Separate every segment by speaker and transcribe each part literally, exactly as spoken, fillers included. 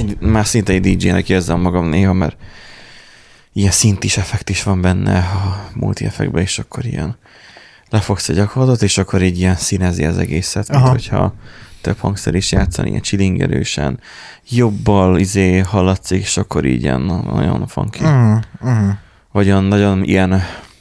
Speaker 1: egy, már szinte egy dé jének érzem magam néha, mert ilyen szintis effekt is van benne a multi-effektben, és akkor ilyen lefogsz egy akkordot, és akkor így ilyen színezi az egészet, mint hogyha több hangszer is játszani, ilyen csilingerősen, jobbal izé hallatszik, és akkor így ilyen nagyon funky. Uh-huh, uh-huh. Vagy olyan nagyon ilyen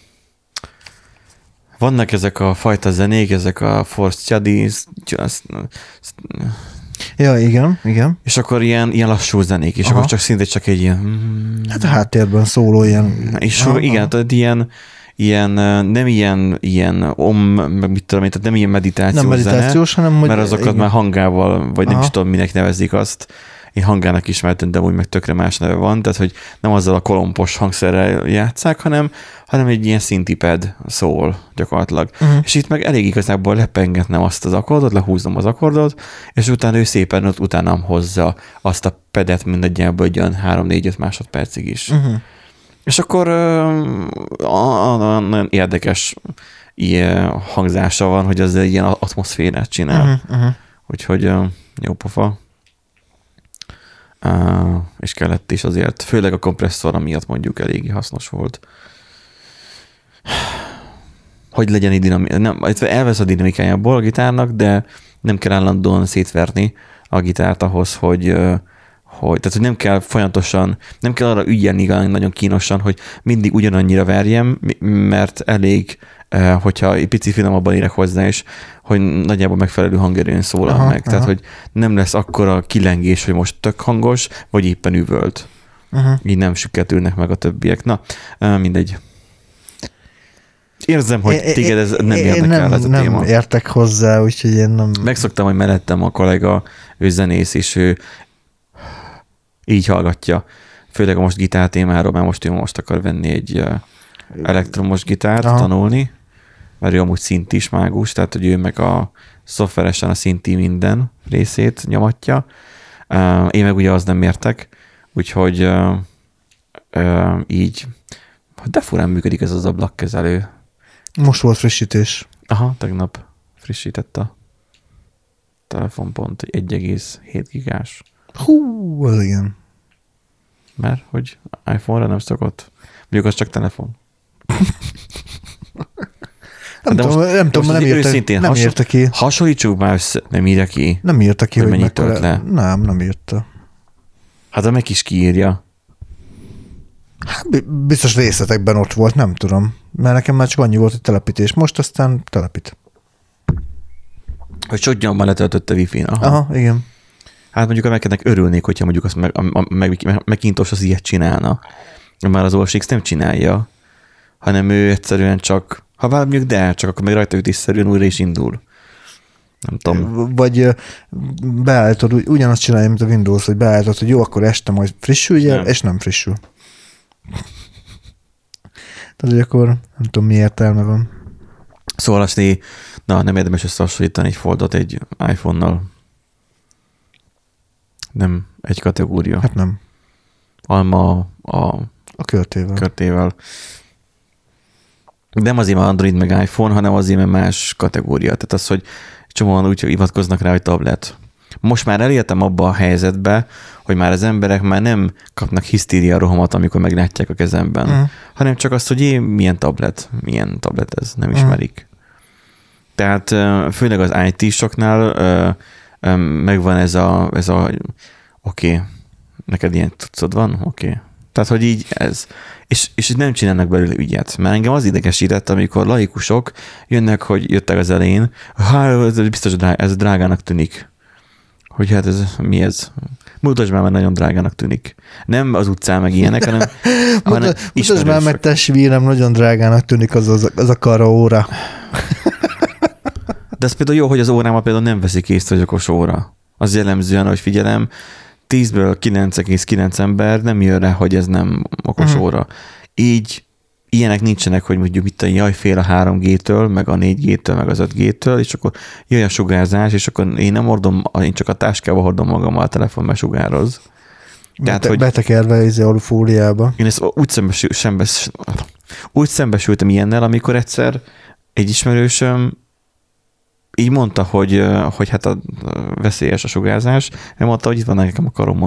Speaker 1: vannak ezek a fajta zenék, ezek a Force Studies, just,
Speaker 2: ja, igen, igen.
Speaker 1: És akkor ilyen, ilyen lassú zenék, és aha. akkor csak szinte csak egy ilyen...
Speaker 2: Hát a háttérben szóló ilyen...
Speaker 1: És aha. igen, tehát ilyen, ilyen, nem ilyen, ilyen om, meg mit tudom én, tehát nem ilyen meditációs
Speaker 2: nem meditációs,
Speaker 1: zene,
Speaker 2: hanem...
Speaker 1: mert azokat igen. már hangával, vagy aha. nem is tudom, minek nevezik azt. Én hangának ismertem, de úgy meg tökre más neve van, tehát hogy nem azzal a kolompos hangszerrel játsszák, hanem, hanem egy ilyen szintiped szól gyakorlatilag. Uh-huh. És itt meg elég igazából lepengetnem azt az akkordot, lehúzom az akkordot, és utána ő szépen ott utánam hozza azt a pedet mindegyelből egy olyan három-négy-öt másodpercig is. Uh-huh. És akkor nagyon érdekes ilyen hangzása van, hogy az egy ilyen atmoszférát csinál. Uh-huh. Uh-huh. Úgyhogy jó pofa. Uh, és kellett is azért, főleg a kompresszor miatt mondjuk eléggé hasznos volt. Hogy legyen egy dinamika, nem, elvesz a dinamikájából a gitárnak, de nem kell állandóan szétverni a gitárt ahhoz, hogy, hogy, tehát, hogy nem kell folyamatosan, nem kell arra ügyelni nagyon kínosan, hogy mindig ugyanannyira verjem, mert elég, hogyha egy pici finomabban érek hozzá, és hogy nagyjából megfelelő hangerőn szólal aha, meg. Aha. Tehát, hogy nem lesz akkora kilengés, hogy most tök hangos, vagy éppen üvölt. Uh-huh. Így nem süketülnek meg a többiek. Na, mindegy. Érzem, hogy é, téged ez nem érdekel nem, ez a
Speaker 2: nem
Speaker 1: téma.
Speaker 2: Nem értek hozzá, úgyhogy én nem...
Speaker 1: Megszoktam, hogy mellettem a kollega, ő zenész, és ő így hallgatja. Főleg a most gitár témáról, mert most ő most akar venni egy elektromos gitárt, aha. tanulni, mert ő amúgy szintis mágus, tehát hogy ő meg a szoftveresen a szinti minden részét nyomatja. Én meg ugye az nem értek, úgyhogy így de furán működik ez az ablakkezelő.
Speaker 2: Most volt frissítés.
Speaker 1: Aha, tegnap frissített a telefonpont egy egész hét gigás.
Speaker 2: Hú, az igen.
Speaker 1: Mert hogy iPhone-ra nem szokott. Mondjuk az csak telefon.
Speaker 2: Nem, tudom, most, nem tudom, nem írta, nem írta ki.
Speaker 1: Hasonlítsuk már össze, nem írja ki.
Speaker 2: Nem írta ki,
Speaker 1: hogy,
Speaker 2: hogy
Speaker 1: mennyit tölt le.
Speaker 2: Nem, nem írta.
Speaker 1: Hát a meg is kiírja.
Speaker 2: Hát biztos részletekben ott volt, nem tudom. Mert nekem már csak annyi volt, hogy telepítés. Most aztán telepít.
Speaker 1: Hogy csodnyomban letöltött a Wi-Fi-n. Aha.
Speaker 2: Aha, igen.
Speaker 1: Hát mondjuk a Mac-nek örülnék, hogyha mondjuk azt meg, a, a, meg, Macintosh az ilyet csinálna. Már az o es iksz nem csinálja, hanem ő egyszerűen csak, ha mondjuk de, csak akkor meg rajta ütésszerűen újra is indul. Nem tudom.
Speaker 2: Vagy beállítod, ugyanazt csinálja, mint a Windows, hogy beállítod, hogy jó, akkor este majd frissülj el, és nem frissül. Tehát, hogy akkor nem tudom, mi értelme van.
Speaker 1: Szóval azt így, na, nem érdemes összehasonlítani egy Foldot egy iPhone-nal. Nem egy kategória.
Speaker 2: Hát nem.
Speaker 1: Alma a,
Speaker 2: a körtével.
Speaker 1: körtével. Nem azért már Android meg iPhone, hanem azért mert más kategória. Tehát az, hogy csomóan úgy hivatkoznak rá, hogy tablet. Most már elértem abba a helyzetbe, hogy már az emberek már nem kapnak hisztéria rohamat, amikor meglátják a kezemben, uh-huh. hanem csak azt, hogy én, milyen tablet, milyen tablet ez, nem uh-huh. ismerik. Tehát főleg az i té-soknál megvan ez a, ez a oké, okay, neked ilyen tudszod van? Oké. Okay. Tehát, hogy így ez. És, és nem csinálnak belőle ügyet. Mert engem az idegesített, amikor laikusok jönnek, hogy jöttek az elején, hát biztos ez drágának tűnik. Hogy hát ez, mi ez? Mutasd már, mert nagyon drágának tűnik. Nem az utcán meg ilyenek, hanem, hanem
Speaker 2: mutasd már, mert testvérem nagyon drágának tűnik az, az, az a kara óra.
Speaker 1: De ez például jó, hogy az órámat például nem veszik észre, hogy okos óra. Az jellemzően, hogy figyelem, tízből kilenc egész kilenc ember nem jön rá, hogy ez nem okos uh-huh. óra. Így ilyenek nincsenek, hogy mondjuk itt a jaj, fél a három G-től, meg a négy G-től, meg az öt G-től, és akkor jöjj a sugárzás, és akkor én nem hordom, én csak a táskába hordom magammal a telefon, mert sugároz.
Speaker 2: Tehát, Bete, hogy betekerve ez alufóliába.
Speaker 1: Én ezt úgy, szembesül, szembes, úgy szembesültem ilyennel, amikor egyszer egy ismerősöm így mondta, hogy, hogy hát a veszélyes a sugárzás, mert mondta, hogy itt van nekem a karomon.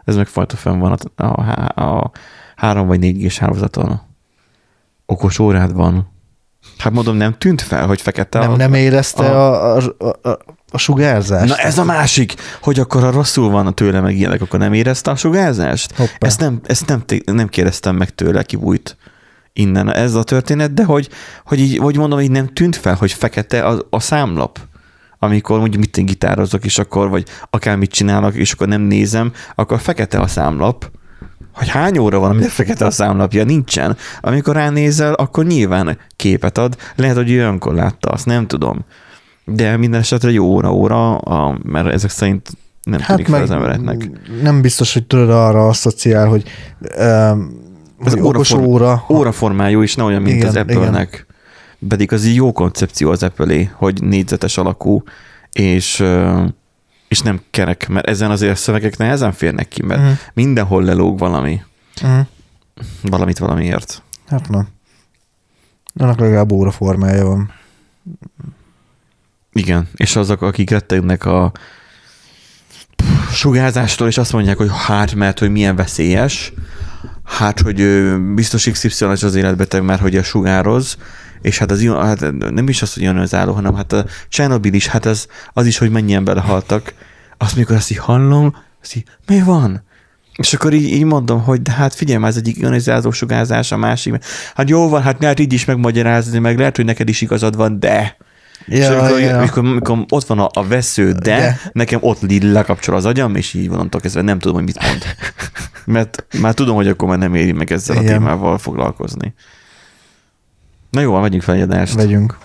Speaker 1: Ez meg fajta fenn van a, a, a három vagy négy gés hálózaton. Okos órád van. Hát mondom, nem tűnt fel, hogy fekete
Speaker 2: Nem,
Speaker 1: a...
Speaker 2: nem érezte a, a, a, a, a sugárzást?
Speaker 1: Na ez a másik, hogy akkor ha rosszul van tőle meg ilyenek, akkor nem érezte a sugárzást?
Speaker 2: Hoppá.
Speaker 1: Ezt nem, ezt nem, nem kérdeztem meg tőle, kibújt innen ez a történet, de hogy, hogy így, hogy mondom, így nem tűnt fel, hogy fekete a, a számlap. Amikor mondjuk mit én gitározok, és akkor, vagy akármit csinálok, és akkor nem nézem, akkor fekete a számlap. Hogy hány óra van, amire fekete a számlapja? Nincsen. Amikor ránézel, akkor nyilván képet ad. Lehet, hogy olyankor látta, azt nem tudom. De minden esetre jó óra-óra, a, mert ezek szerint nem hát tűnik fel az embereknek.
Speaker 2: Nem biztos, hogy tudod arra asszociál, hogy, um,
Speaker 1: ez
Speaker 2: hogy okos
Speaker 1: óraform,
Speaker 2: óra.
Speaker 1: Óraformájú, és ne olyan, mint igen, az Apple-nek. Igen. Pedig az jó koncepció az Apple-é, hogy négyzetes alakú, és, és nem kerek, mert ezen azért a szövegek nehezen férnek ki, mert uh-huh. mindenhol lelóg valami. Uh-huh. Valamit valamiért.
Speaker 2: Hát na. Annak legalább óraformája van.
Speaker 1: Igen, és azok, akik rettegnek a sugárzástól, és azt mondják, hogy hát, mert hogy milyen veszélyes, hát, hogy biztos iksz ipszilon az életbeteg, mert hogy a sugároz, és hát, az, hát nem is az, hogy ionizáló, hanem hát a Csernobil is, hát az, az is, hogy mennyien belehaltak. Azt mikor azt így hallom, azt így, mi van? És akkor így, így mondom, hogy de hát figyelj már, ez egyik ionizáló sugárzás, a másik. Hát jó van, hát lehet így is megmagyarázni, meg lehet, hogy neked is igazad van, de... Ja, és amikor, ja. amikor, amikor ott van a, a vesző, de, de nekem ott lekapcsol az agyam, és így vonantól kezdve nem tudom, hogy mit mond. Mert már tudom, hogy akkor már nem éri meg ezzel igen. a témával foglalkozni. Na jó, vegyünk fel egy adást.
Speaker 2: Vegyünk.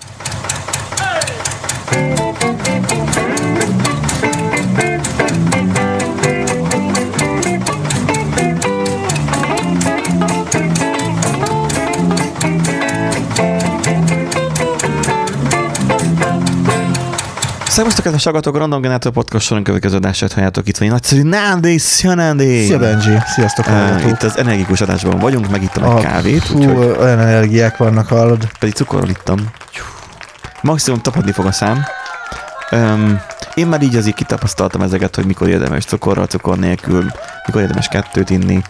Speaker 1: Szervusztok, kedves hallgatók, a Random Generator Podcast soron következő adását halljátok. Itt van egy nagyszerű Nándi, szia Nándi!
Speaker 2: Szia Benji, sziasztok hallgatók!
Speaker 1: Uh, itt az energikus adásban vagyunk, megittam egy kávét.
Speaker 2: Hú, úgyhogy... olyan energiák vannak, hallod?
Speaker 1: Pedig cukorral ittam. Maximum tapadni fog a szám. Um, én már így azért kitapasztaltam ezeket, hogy mikor érdemes cukorral, cukor nélkül, mikor érdemes kettőt inni.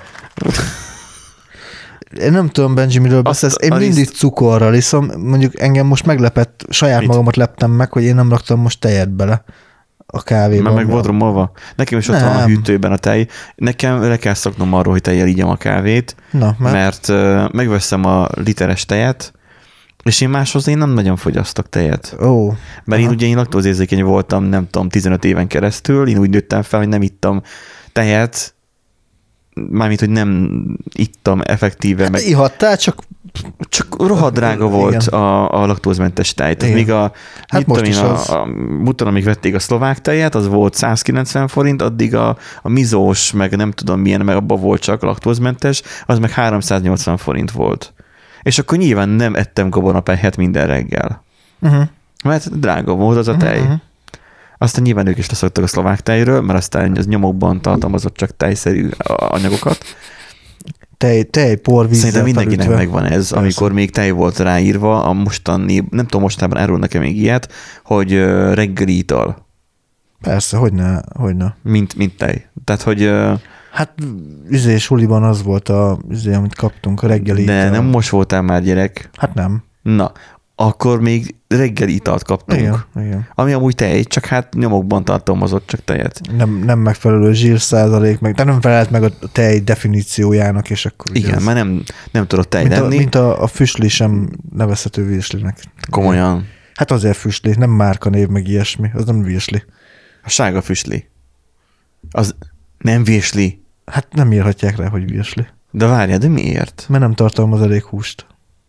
Speaker 2: Én nem tudom, Benji, miről beszélsz. Én mindig iszt... cukorral iszom. Mondjuk engem most meglepett, saját mit? Magamat leptem meg, hogy én nem raktam most tejet bele a kávéba.
Speaker 1: Mert meg volt romolva. Nekem is ott nem. Van a hűtőben a tej. Nekem le kell szoknom arról, hogy tejjel ígyam a kávét, na, mert, mert uh, megveszem a literes tejet, és én máshoz én nem nagyon fogyasztok tejet.
Speaker 2: Ó.
Speaker 1: Mert aha. Én ugye én laktózérzékeny voltam, nem tudom, tizenöt éven keresztül. Én úgy nőttem fel, hogy nem ittam tejet, mármint, hogy nem ittam effektíve.
Speaker 2: Hát
Speaker 1: meg...
Speaker 2: ihattál, csak...
Speaker 1: Csak rohadt drága volt a, a laktózmentes tej. Tehát még a,
Speaker 2: hát most
Speaker 1: én,
Speaker 2: a,
Speaker 1: a, a amíg vették a szlovák tejet, az volt százkilencven forint, addig a, a mizós, meg nem tudom milyen, meg abban volt csak laktózmentes, az meg háromszáznyolcvan forint volt. És akkor nyilván nem ettem gabonapelyhet minden reggel. Uh-huh. Mert drága volt az a tej. Uh-huh. Aztán nyilván ők is leszoktak a szlovák tejről, mert aztán az nyomokban tartalmazott csak tejszerű anyagokat.
Speaker 2: Tej, tej, por, vízzel
Speaker 1: szerintem mindenkinek
Speaker 2: felütve.
Speaker 1: Megvan ez, persze. Amikor még tej volt ráírva, a mostani, nem tudom, mostában erről nekem még ilyet, hogy reggeli ital.
Speaker 2: Persze, hogyne, hogyne.
Speaker 1: Mint, mint tej. Tehát, hogy...
Speaker 2: Hát, üzé, suliban az volt a, üzé, amit kaptunk, a reggeli
Speaker 1: de
Speaker 2: ital.
Speaker 1: Nem most voltál már gyerek.
Speaker 2: Hát nem.
Speaker 1: Na, akkor még reggeli italt kaptunk.
Speaker 2: Igen, igen.
Speaker 1: Ami amúgy tej, csak hát nyomokban tartalmazott csak tejet.
Speaker 2: Nem, nem megfelelő zsírszázalék, meg, de nem felelt meg a tej definíciójának, és akkor...
Speaker 1: Igen,
Speaker 2: ez,
Speaker 1: már nem, nem tudott tej
Speaker 2: mint
Speaker 1: lenni.
Speaker 2: A, mint a, a füstli sem nevezhető virslinek.
Speaker 1: Komolyan.
Speaker 2: Hát azért füstli, nem márkanév, meg ilyesmi, az nem virsli.
Speaker 1: A sárga füstli. Az nem virsli.
Speaker 2: Hát nem írhatják rá, hogy virsli.
Speaker 1: De várjál, de miért?
Speaker 2: Mert nem tartalmaz elég húst.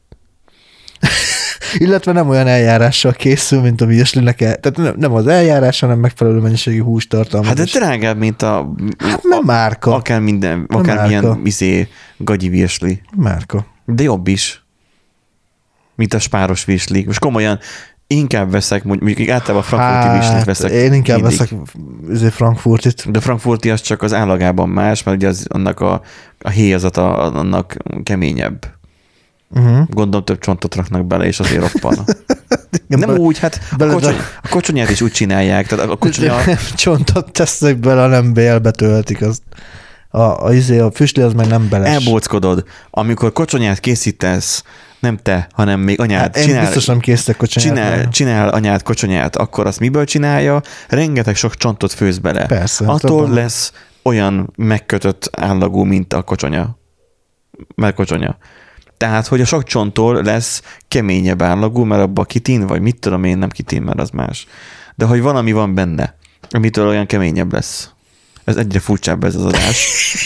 Speaker 2: Illetve nem olyan eljárással készül, mint a virslinek. Tehát nem az eljárás, hanem megfelelő mennyiségű húst tartalmaz.
Speaker 1: Hát de drágább, mint a...
Speaker 2: Hát nem márka.
Speaker 1: Akár minden, akár milyen izé, gagyi virsli.
Speaker 2: Márka.
Speaker 1: De jobb is. Mint a spáros virsli. Most komolyan inkább veszek, mondjuk általában a frankfurti hát, virslit veszek.
Speaker 2: Én inkább mindig. veszek izé frankfurtit.
Speaker 1: De a frankfurti az csak az állagában más, mert ugye az, annak a, a héjazata annak keményebb. Uh-huh. Gondolom több csontot raknak bele, és azért roppan. Nem be, úgy, hát a, kocsony, a kocsonyát is úgy csinálják. Tehát a kocsonya...
Speaker 2: Csontot tesznek bele, nem bélbe töltik, azt, A, a, a, a füstli az meg nem beles.
Speaker 1: Elbóckodod. Amikor kocsonyát készítesz, nem te, hanem még anyád.
Speaker 2: Hát én
Speaker 1: csinál,
Speaker 2: biztos nem készítek kocsonyát.
Speaker 1: Csinál, csinál anyád kocsonyát, akkor azt miből csinálja? Rengeteg sok csontot főz bele.
Speaker 2: Persze.
Speaker 1: Attól
Speaker 2: tudom.
Speaker 1: lesz olyan megkötött állagú, mint a kocsonya. Mert kocsonya. Tehát, hogy a sok csonttól lesz keményebb állagú, mert abban kitin, vagy mit tudom én, nem kitin, mert az más. De hogy valami van benne, amitől olyan keményebb lesz. Ez egyre furcsább ez az adás.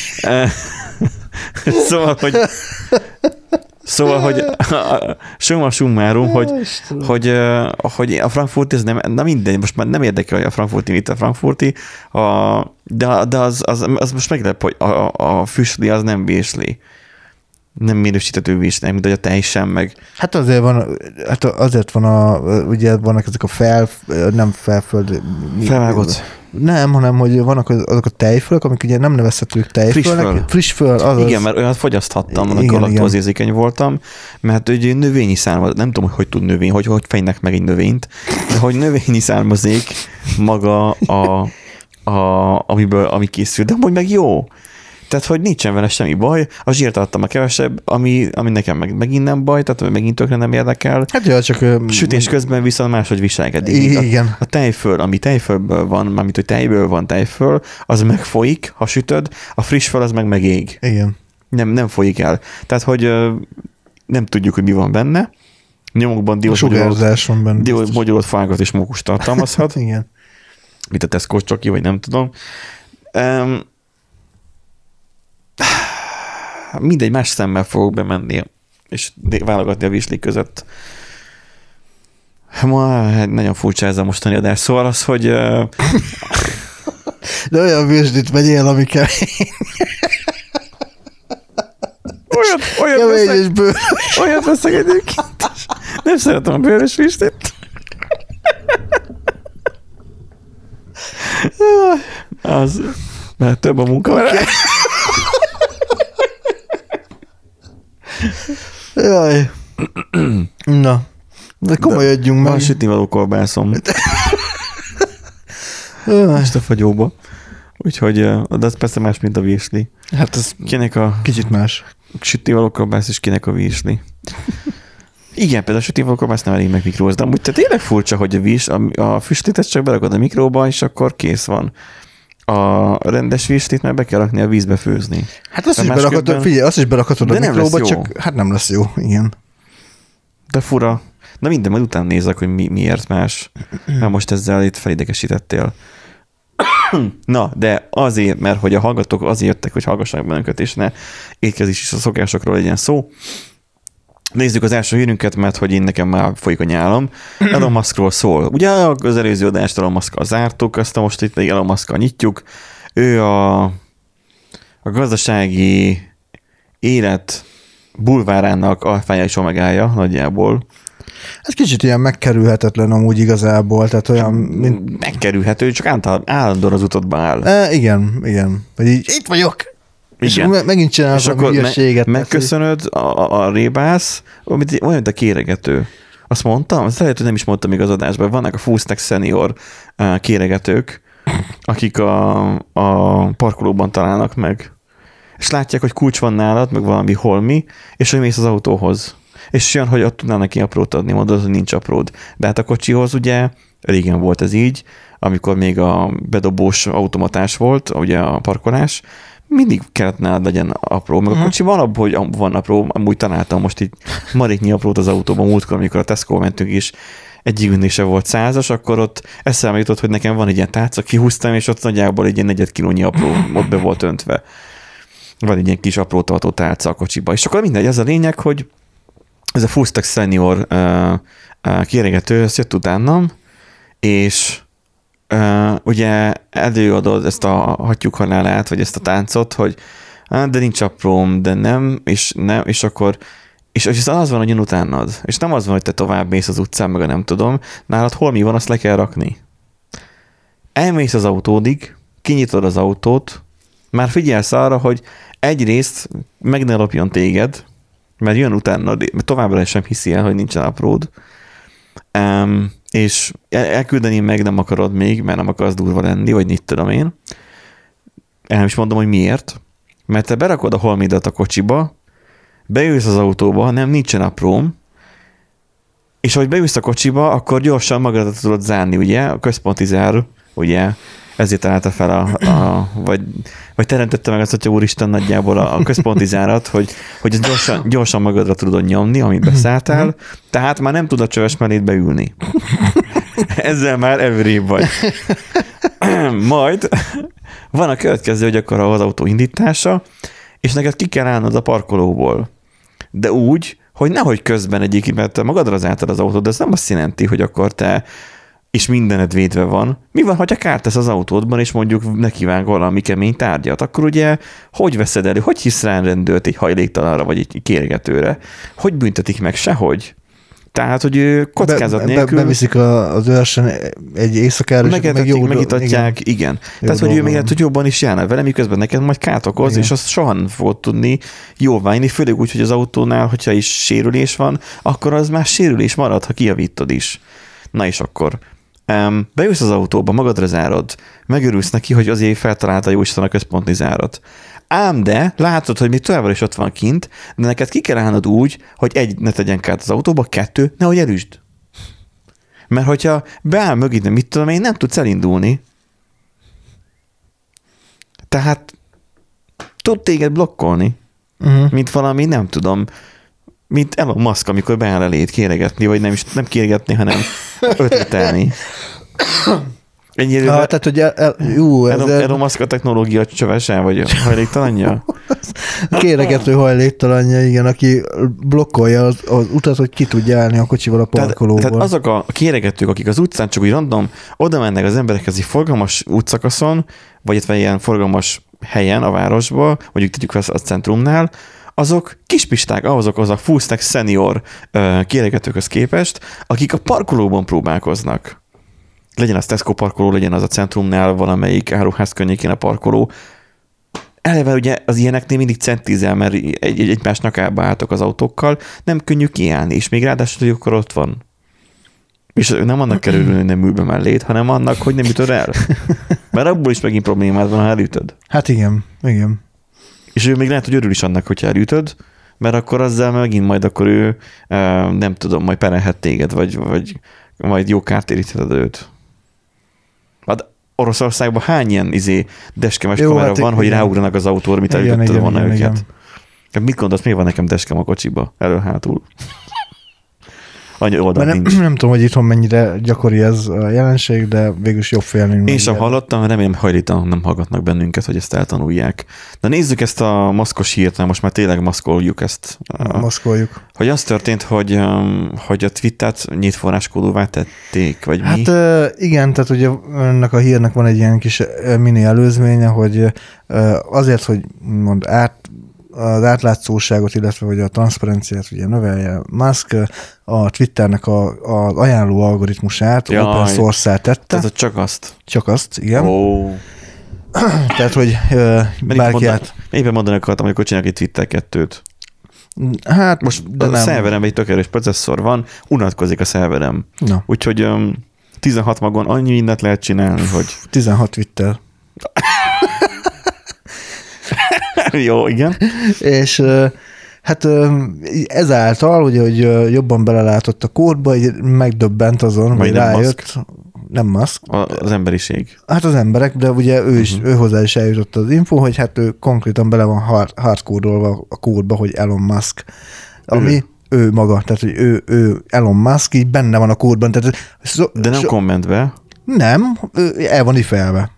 Speaker 1: szóval, hogy Szóval, hogy summa summarum, hogy, hogy, hogy a frankfurti, ez nem, na mindegy, most már nem érdekel, hogy a frankfurti mit a frankfurti, a, de, de az, az, az most meglep, hogy a, a füstli az nem vésli. Nem minősítető vésli, mint hogy a tej sem, meg...
Speaker 2: Hát azért van, hát azért van a, ugye vannak ezek a fel, nem felföld...
Speaker 1: Felvágott.
Speaker 2: Nem, hanem, hogy vannak azok a tejfölök, amik ugye nem nevezhetők tejfölnek.
Speaker 1: Friss föl.
Speaker 2: Friss föl, azaz.
Speaker 1: Igen, mert olyat fogyaszthattam, amikor laktózérzékeny voltam, mert ugye növényi származék, nem tudom, hogy hogy tud növény, hogy hogy fejnek meg egy növényt, de hogy növényi származék maga, a, a, amiből, ami készül, de amúgy meg jó. Tehát, hogy nincsen vele semmi baj, a zsírt adtam a kevesebb, ami, ami nekem meg, megint nem baj, tehát megint tökre nem érdekel.
Speaker 2: Hát jó, csak...
Speaker 1: Sütés közben viszont máshogy viselkedik.
Speaker 2: Igen.
Speaker 1: A, a tejföl, ami tejfölből van, mármint, hogy tejből van tejföl, az megfolyik, ha sütöd, a friss föl az meg megég.
Speaker 2: Igen.
Speaker 1: Nem, nem folyik el. Tehát, hogy nem tudjuk, hogy mi van benne. Nyomokban diósmogyorót, fágat és mókus tartalmazhat.
Speaker 2: Igen.
Speaker 1: Mint a Tesco csoki, vagy nem tudom. Um, mindegy, más szemmel fogok bemenni, és válogatni a vislik között. Ma nagyon furcsa ez a mostani adás. Szóval az, hogy...
Speaker 2: De olyan virslit vegyél, ami kemény.
Speaker 1: Olyat, olyat, veszek, olyat veszek egyébként. Nem szeretem a bőrös virslit. Az, mert több a munka vele.
Speaker 2: Jaj. Na, de komolyodjunk meg.
Speaker 1: Van sütnivaló kolbászom. Most a fagyóba. Úgyhogy, de az persze más, mint a virsli.
Speaker 2: Hát ez
Speaker 1: kinek a...
Speaker 2: kicsit más.
Speaker 1: Sütnivaló kolbász, és kinek a virsli. Igen, például a sütnivaló kolbász nem elég meg mikróz, de amúgy tehát tényleg furcsa, hogy a, vis, a, a füslit ezt csak berakod a mikróba, és akkor kész van. A rendes virslit meg be kell rakni a vízbe főzni.
Speaker 2: Hát azt is berakhatod, figyelj, azt is berakhatod a mikróba, csak hát nem lesz jó, igen.
Speaker 1: De fura. Na minden, majd utána nézek, hogy mi, miért más. Na most ezzel itt felidegesítettél. Na, de azért, mert hogy a hallgatók azért jöttek, hogy hallgassanak bennünket, és ne étkezés is a szokásokról legyen szó. Nézzük az első hírünket, mert hogy én nekem már folyik a nyálam. Elon Muskról szól. Ugye az előző adást Elon Muskkal zártuk, aztán most itt Elon Muskkal nyitjuk. Ő a, a gazdasági élet bulvárának alfája és omegája nagyjából.
Speaker 2: Ez kicsit ilyen megkerülhetetlen amúgy igazából, tehát olyan, mint...
Speaker 1: Megkerülhető, csak állandóan az utatban áll.
Speaker 2: E, igen, igen. Vagy így, itt vagyok! Igen. És megint csinálok és a hülyeséget.
Speaker 1: Me- megköszönöd a, a, a rébász, olyan, mint a kéregető. Azt mondtam? Azt lehet, hogy nem is mondtam még az adásban. Vannak a Fullstack senior kéregetők, akik a, a parkolóban találnak meg. És látják, hogy kulcs van nálad, meg valami holmi, és hogy mész az autóhoz. És olyan, hogy ott tudnának ki aprót adni, mondod, hogy nincs apród. De hát a kocsihoz ugye, régen volt ez így, amikor még a bedobós automatás volt, ugye a parkolás, mindig kellett nálad legyen apró. Meg a kocsiban abban, hogy van apró, amúgy találtam most így maréknyi aprót az autóban múltkor, amikor a Tesco mentünk is, egyik ündése volt százas, akkor ott eszembe jutott, hogy nekem van egy ilyen tárca, kihúztam, és ott nagyjából egy ilyen negyed kilónyi apró ott be volt öntve. Van egy ilyen kis apró tartó tárca a kocsiba. És akkor mindegy, az a lényeg, hogy ez a Fullstack senior uh, uh, kéregető, ezt jött utánam, és uh, ugye előadod ezt a hattyúk halálát, vagy ezt a táncot, hogy uh, de nincs apróm, de nem, és nem, és akkor és, és az van, hogy jön utánad. És nem az van, hogy te tovább mész az utcán, meg a nem tudom, nálad hol mi van, azt le kell rakni. Elmész az autódig, kinyitod az autót, már figyelsz arra, hogy egyrészt meg ne lopjon téged, mert jön utána, mert továbbra sem hiszi el, hogy nincsen apród, um, és elküldeni meg nem akarod még, mert nem akarsz durva lenni, vagy mit tudom én. El nem is mondom, hogy miért. Mert te berakod a holmidat a kocsiba, beülsz az autóba, nem, nincsen apróm, és ahogy beülsz a kocsiba, akkor gyorsan magadat tudod zárni, ugye? A központi zár, ugye? Ezért találta fel a, a vagy, vagy teremtette meg azt, hogyha úristen nagyjából a, a központi zárat, hogy, hogy gyorsan, gyorsan magadra tudod nyomni, amit beszálltál, tehát már nem tud a csöves mellét beülni. Ezzel már előrébb vagy. Majd van a következő, hogy akkor az autó indítása, és neked ki kell állnod a parkolóból. De úgy, hogy nehogy közben egyébként, mert te magadra zártad az autót, de ez nem azt jelenti, hogy akkor te és mindened védve van. Mi van, ha kárt tesz az autódban, és mondjuk nekivág valami kemény tárgyat? Akkor ugye hogy veszed elő? Hogy hisz rá rendőrt egy hajléktalanra, vagy egy kérgetőre? Hogy büntetik meg? Sehogy. Tehát, hogy kockázat
Speaker 2: be,
Speaker 1: nélkül...
Speaker 2: Be, beviszik a, az őrsen egy éjszakára, és meg jó,
Speaker 1: megitatják, igen. igen. Tehát, hogy ő még lehet, hogy jobban is járna vele, miközben neked majd kárt okoz, igen. És azt soha nem fogod tudni jóvállni, főleg úgy, hogy az autónál, hogyha is sérülés van, akkor az már sérülés marad, ha kijavítod is. Na és akkor... Um, bejössz az autóba, magadra zárod, megörülsz neki, hogy azért feltalálta jóisten a központi zárat. Ám de látod, hogy még továbbra is ott van kint, de neked ki kell állnod úgy, hogy egy, ne tegyen kárt az autóba, kettő, nehogy elüsd. Mert hogyha beáll mögé, de mit tudom én, nem tudsz elindulni. Tehát tud téged blokkolni, uh-huh. mint valami, nem tudom, mint Elon Musk, amikor beáll eléd kéregetni, vagy nem is nem kéregetni, hanem ötletelni. Ennyire,
Speaker 2: ah, tehát, hogy el, el, jú,
Speaker 1: Elon, Elon Musk a technológia csövese, vagy hajléktalanja?
Speaker 2: Kéregető hajléktalanja, igen, aki blokkolja az, az utat, hogy ki tudja állni a kocsival a parkolóból.
Speaker 1: Tehát, tehát azok a kéregetők, akik az utcán csak úgy random, oda mennek az emberekhez egy forgalmas útszakaszon, vagy ilyen forgalmas helyen a városba, mondjuk tegyük az a centrumnál, azok kispisták ahhozokhoz a full stack senior uh, kéregetőkhöz képest, akik a parkolóban próbálkoznak. Legyen az Tesco parkoló, legyen az a centrumnál valamelyik áruház környékén a parkoló. Eleve ugye az ilyeneknél mindig centizel, mert egy, egy, egymás nyakába álltok az autókkal, nem könnyű kiállni, és még ráadásul, hogy akkor ott van. És nem annak kell örülni, hogy nem ül be mellét, hanem annak, hogy nem ütöd el. Mert abból is megint problémád van, ha elütöd.
Speaker 2: Hát igen, igen.
Speaker 1: És ő még lehet, hogy örül is annak, hogyha elütöd, mert akkor azzal megint majd akkor ő nem tudom, majd perelhet téged, vagy, vagy majd jó kártérítheted őt. Hát Oroszországban hány ilyen izé deskemes jó, kamera hát van, igen. Hogy ráugranak az autóra, mit elütötted volna igen, őket. Igen. Mit gondolsz, miért van nekem deskem a kocsiba? Elő-hátul. Annyi oldal
Speaker 2: nem,
Speaker 1: nincs.
Speaker 2: Nem tudom, hogy itthon mennyire gyakori ez a jelenség, de végülis jobb félni.
Speaker 1: Én sem hallottam, remélem hajlítanak nem hallgatnak bennünket, hogy ezt eltanulják. De nézzük ezt a maszkos hírt, most már tényleg maszkoljuk ezt.
Speaker 2: Maszkoljuk.
Speaker 1: Hogy az történt, hogy, hogy a Twittert nyílt forráskódúvá tették, vagy mi?
Speaker 2: Hát igen, tehát ugye ennek a hírnek van egy ilyen kis mini előzménye, hogy azért, hogy mond át az átlátszóságot, illetve hogy a transzparenciát ugye növelje Musk, a Twitternek a, az ajánló algoritmusát Jaj, open source-szá tette.
Speaker 1: Tehát csak azt?
Speaker 2: Csak azt, igen.
Speaker 1: Oh.
Speaker 2: Tehát, hogy bárki át...
Speaker 1: Éppen mondani akartam, hogy akkor csinálják egy Twitter kettőt.
Speaker 2: Hát,
Speaker 1: most de a szerverem egy tök erős processzor van, unatkozik a szerverem.
Speaker 2: Na.
Speaker 1: Úgyhogy um, tizenhat magon annyi mindent lehet csinálni, hogy...
Speaker 2: tizenhat Twitter.
Speaker 1: Jó, igen.
Speaker 2: És hát ezáltal, ugye, hogy jobban belelátott a kódba, megdöbbent azon, vagy rájött. Musk. Nem Musk.
Speaker 1: Az emberiség.
Speaker 2: Hát az emberek, de ugye ő, is, uh-huh. ő hozzá is eljutott az info, hogy hát ő konkrétan bele van hard, hardcode-olva a kódba, hogy Elon Musk. Ami ő, ő maga, tehát hogy ő, ő Elon Musk, így benne van a kódban. Tehát, szó,
Speaker 1: de nem
Speaker 2: szó,
Speaker 1: kommentbe.
Speaker 2: Nem, ő el van ifelve.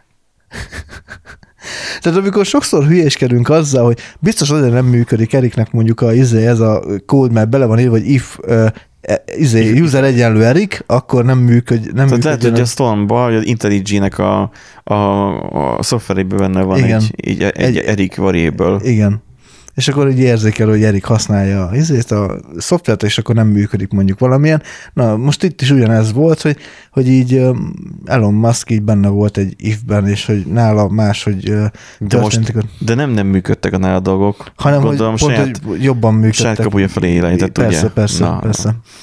Speaker 2: Tehát amikor sokszor hülyéskedünk azzal, hogy biztos azért nem működik Eriknek mondjuk a, izé, ez a kód, mert bele van írva, hogy if uh, izé, user egyenlő Erik, akkor nem működik. Nem
Speaker 1: Tehát lehet, hogy a Stormban, vagy az IntelliJ-nek a, a, a szoftverében benne van igen. egy, egy, egy, egy Erik variable.
Speaker 2: Igen. És akkor így érzékel, hogy Erik használja izét, a szoftvert, és akkor nem működik mondjuk valamilyen. Na, most itt is ugyanez volt, hogy, hogy így Elon Musk így benne volt egy if-ben, és hogy nála más, hogy
Speaker 1: de, most, de nem nem működtek a nála dolgok.
Speaker 2: Hanem, Gondolom, hogy, pont, saját, hogy jobban működtek.
Speaker 1: Saját kapuja felé irányított,
Speaker 2: persze,
Speaker 1: ugye?
Speaker 2: Persze,
Speaker 1: Na,
Speaker 2: persze.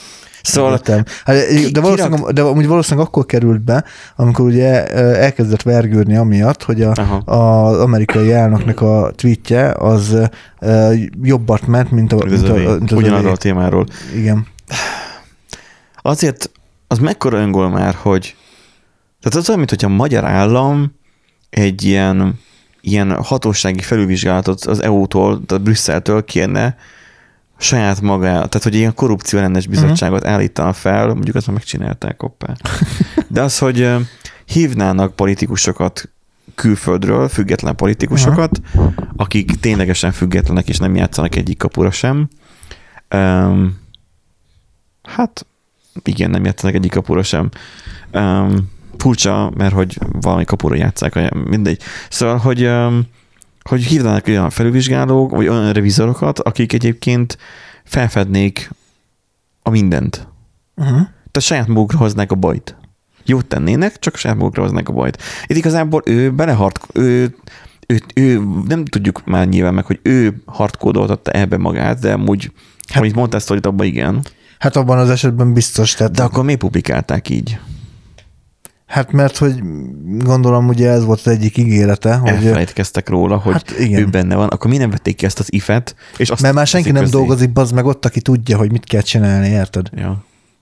Speaker 1: Szóval...
Speaker 2: Hát, de, valószínűleg, kirak... de amúgy valószínűleg akkor került be, amikor ugye elkezdett vergődni amiatt, hogy a, az amerikai elnöknek a tweetje az jobbat ment, mint a... Mint a, mint az
Speaker 1: ugyanarról a témáról.
Speaker 2: Igen.
Speaker 1: Azért az mekkora öngól már, hogy tehát az olyan, mint hogy a magyar állam egy ilyen, ilyen hatósági felülvizsgálatot az é u-tól, a Brüsszeltől kérne saját magá, tehát hogy ilyen korrupció ellenes bizottságot uh-huh. állítana fel, mondjuk azt már megcsinálták, hoppá. De az, hogy hívnának politikusokat külföldről, független politikusokat, uh-huh. akik ténylegesen függetlenek és nem játszanak egyik kapura sem. Um, hát igen, nem játszanak egyik kapura sem. Um, furcsa, mert hogy valami kapura játsszák, mindegy. Szóval, hogy, hogy hívnának olyan felülvizsgálók, vagy olyan revizorokat, akik egyébként felfednék a mindent. Uh-huh. Tehát saját magukra hoznák a bajt. Jót tennének, csak saját magukra hoznák a bajt. Itt igazából ő belehart, ő, ő, ő, nem tudjuk már nyilván meg, hogy ő hardkódoltatta ebbe magát, de amúgy, hát, amit mondtál ezt, hogy abban igen.
Speaker 2: Hát abban az esetben biztos. Tehát...
Speaker 1: De akkor miért publikálták így?
Speaker 2: Hát mert, hogy gondolom, ugye ez volt az egyik ígérete. Hogy
Speaker 1: elfelejtkeztek róla, hogy hát ő benne van, akkor mi nem vették ki ezt az ifet? És azt
Speaker 2: mert már senki nem közé. dolgozik, bazd meg ott, aki tudja, hogy mit kell csinálni, érted?
Speaker 1: Ja.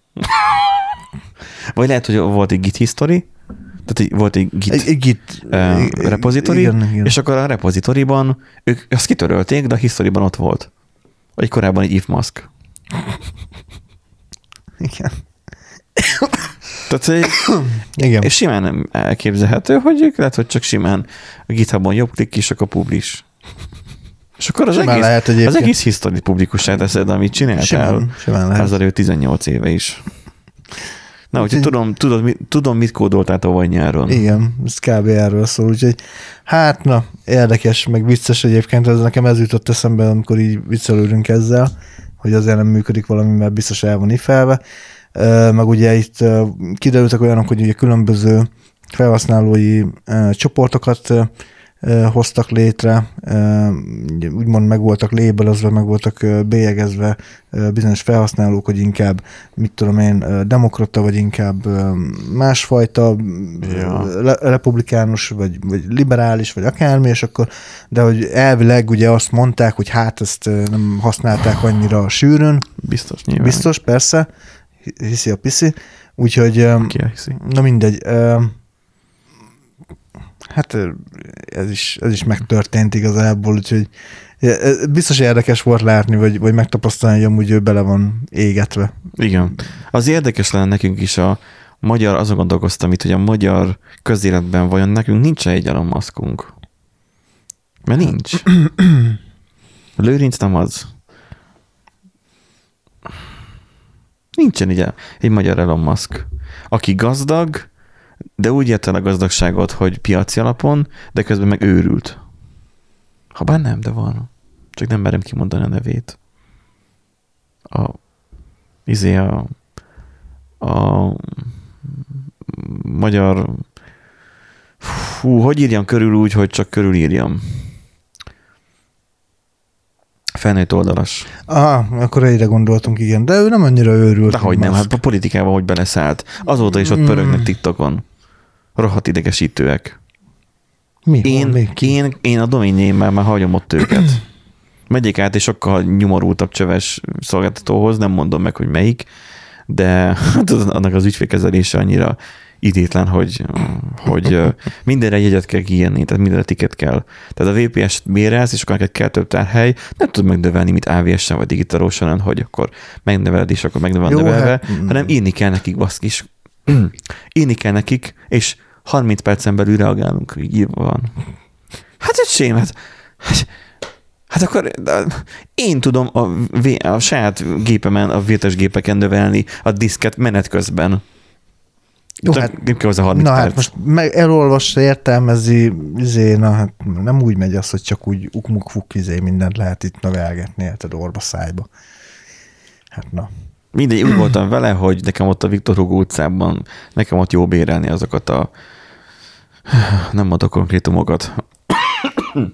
Speaker 1: Vagy lehet, hogy volt egy Git history, tehát volt egy Git,
Speaker 2: egy, egy Git
Speaker 1: uh, repository,
Speaker 2: igen, igen.
Speaker 1: és akkor a repozitoriban ők azt kitörölték, de a historyban ott volt. Vagy korábban egy if mask.
Speaker 2: Igen.
Speaker 1: Tehát, igen. És simán elképzelhető, hogy ők lehet, hogy csak simán a GitHubon jobb klik, és akkor publish. És akkor az simán egész, lehet, az egész history publikussá teszed, amit csináltál.
Speaker 2: Simán, simán lehet.
Speaker 1: Az előtt tizennyolc éve is. Na, úgyhogy tudom, tudod, mit, tudom, mit kódoltál tavaly nyáron.
Speaker 2: Igen, ez kb. Erről szól, úgyhogy hát na, érdekes, meg vicces egyébként, ez nekem ez jutott eszembe, amikor így viccelődünk ezzel, hogy azért nem működik valami, mert biztos el van ifelve. Meg ugye itt kiderültek olyanok, hogy ugye különböző felhasználói csoportokat hoztak létre, úgymond meg voltak labelezve, meg voltak bélyegezve bizonyos felhasználók, hogy inkább, mit tudom én, demokrata, vagy inkább másfajta, ja. republikánus, vagy, vagy liberális, vagy akármi, és akkor, de hogy elvileg ugye azt mondták, hogy hát ezt nem használták annyira sűrűn.
Speaker 1: Biztos, nyilván.
Speaker 2: Biztos, persze. Hiszi a piszi. Úgyhogy,
Speaker 1: Kihiszi.
Speaker 2: na mindegy. Hát ez is, ez is megtörtént igazából, úgyhogy biztos érdekes volt látni, vagy, vagy megtapasztalni, hogy amúgy ő bele van égetve.
Speaker 1: Igen. Az érdekes lenne nekünk is a magyar, azon gondolkoztam itt, hogy a magyar közéletben vajon nekünk nincs egy Elon Muskunk. Mert nincs. Lőrinc nem az. Nincsen így egy magyar Elon Musk, aki gazdag, de úgy ért el a gazdagságot, hogy piaci alapon, de közben meg őrült. Habár nem, de van. Csak nem merem kimondani a nevét. A izé a a magyar fú, hogy írjam körül úgy, hogy csak körül írjam. Felnőtt oldalas.
Speaker 2: Aha, akkor egyre gondoltunk, igen. De ő nem annyira őrült.
Speaker 1: Dehogy nem, hát a politikában hogy beleszállt. Azóta is ott pörögnek TikTokon. Rohadt idegesítőek.
Speaker 2: Mi?
Speaker 1: Én, én, én a doményémmel már hagyom ott őket. Megyek át, és sokkal nyomorultabb csöves szolgáltatóhoz, nem mondom meg, hogy melyik, de annak az ügyfélkezelése annyira idétlen, hogy, hogy mindenre jegyet kell kiírni, tehát mindenre ticket kell. Tehát a vé pé es-t bérelsz, és akkor neked kell több tárhely, nem tud megnövelni, mint á vé es-en vagy Digitaloceanen, hogy akkor megnöveled, és akkor meg van növelve, hát, hanem írni kell nekik, baszkis. Írni kell nekik, és harminc percen belül reagálunk, így írva van. Hát ez sém, hát, hát, hát akkor én tudom a, a saját gépemen, a virtuális gépeken növelni a diszket menet közben.
Speaker 2: Jó, hát, nem kell hozzá harminc na perc. Hát most meg elolvassa, értelmezi, izé, na hát nem úgy megy az, hogy csak úgy ukmuk-fuk izé, mindent lehet itt növelgetni, érted, orba szájba. Hát na.
Speaker 1: Mindegy, úgy voltam vele, hogy nekem ott a Viktor Hugo utcában, nekem ott jó bérelni azokat a, nem mondok konkrétumokat,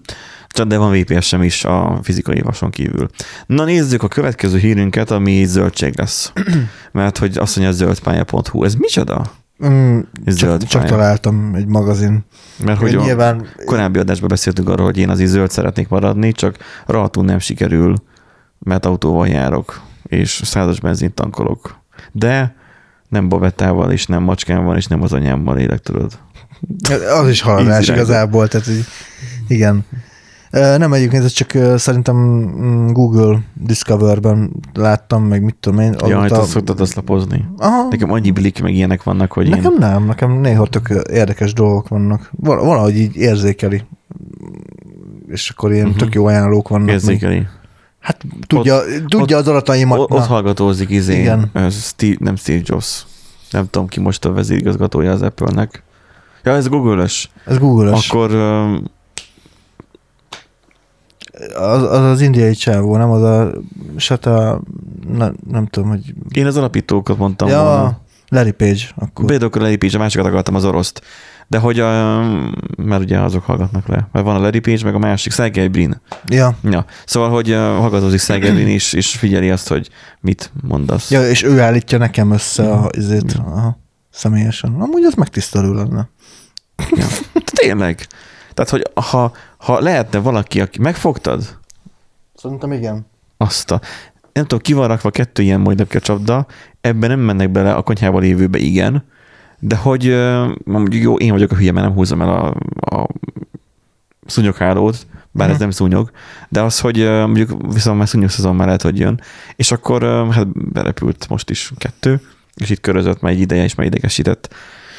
Speaker 1: Csak de van vé pé es sem is a fizikai vason kívül. Na nézzük a következő hírünket, ami zöldség lesz. Mert hogy azt mondja, zöldpálya pont hu. Ez micsoda?
Speaker 2: Mm, csak, csak találtam egy magazin.
Speaker 1: Mert hogy
Speaker 2: nyilván...
Speaker 1: korábbi adásban beszéltünk arról, hogy én azért zöld szeretnék maradni, csak rohadtul nem sikerül, mert autóval járok, és százas benzint tankolok. De nem babettával, és nem macskámmal, és nem az anyámmal élek, tudod.
Speaker 2: Az is haladás igazából, tehát így, igen. Nem egyébként, ez csak szerintem Google Discover-ben láttam, meg mit tudom én.
Speaker 1: Ja, hát azt szoktad azt lapozni. Aha. Nekem annyi blik, meg ilyenek vannak, hogy
Speaker 2: nekem
Speaker 1: én...
Speaker 2: nem, nekem néha tök érdekes dolgok vannak. Val- valahogy így érzékeli. És akkor ilyen uh-huh. tök jó ajánlók vannak.
Speaker 1: Érzékeli.
Speaker 2: Még. Hát tudja, ott, tudja ott, az adataimat.
Speaker 1: Ott, ott hallgatózik izé.
Speaker 2: Igen.
Speaker 1: Steve, nem Steve Jobs. Nem tudom ki most a vezérigazgatója az Apple-nek. Ja, ez Google-ös.
Speaker 2: Ez Google-ös.
Speaker 1: Akkor... Um,
Speaker 2: Az, az az indiai csávó, nem az a Sata, ne, nem tudom, hogy...
Speaker 1: Én az alapítókat mondtam
Speaker 2: ja,
Speaker 1: volna.
Speaker 2: Larry Page. Akkor.
Speaker 1: Például a Larry Page, a másikat akartam, az oroszt. De hogy, a, mert ugye azok hallgatnak le. Mert van a Larry Page, meg a másik, Sergey Brin.
Speaker 2: Ja.
Speaker 1: ja. Szóval, hogy hallgatózik Sergey Brin is, és figyeli azt, hogy mit mondasz.
Speaker 2: Ja, és ő állítja nekem össze a, azért, aha, személyesen. Amúgy az megtisztelő lenne.
Speaker 1: Ja. Tényleg. Tehát, hogy ha, ha lehetne valaki, aki megfogtad?
Speaker 2: Szerintem igen.
Speaker 1: Azt a... Nem tudom, ki van rakva kettő ilyen majd a csapda, ebben nem mennek bele, a konyhában lévőbe igen, de hogy mondjuk jó, én vagyok a hülye, mert nem húzom el a, a szúnyoghálót, bár uh-huh. ez nem szúnyog, de az, hogy mondjuk viszont már szúnyog szezon már lehet, hogy jön, és akkor hát berepült most is kettő, és itt körözött már egy ideje, és már idegesített.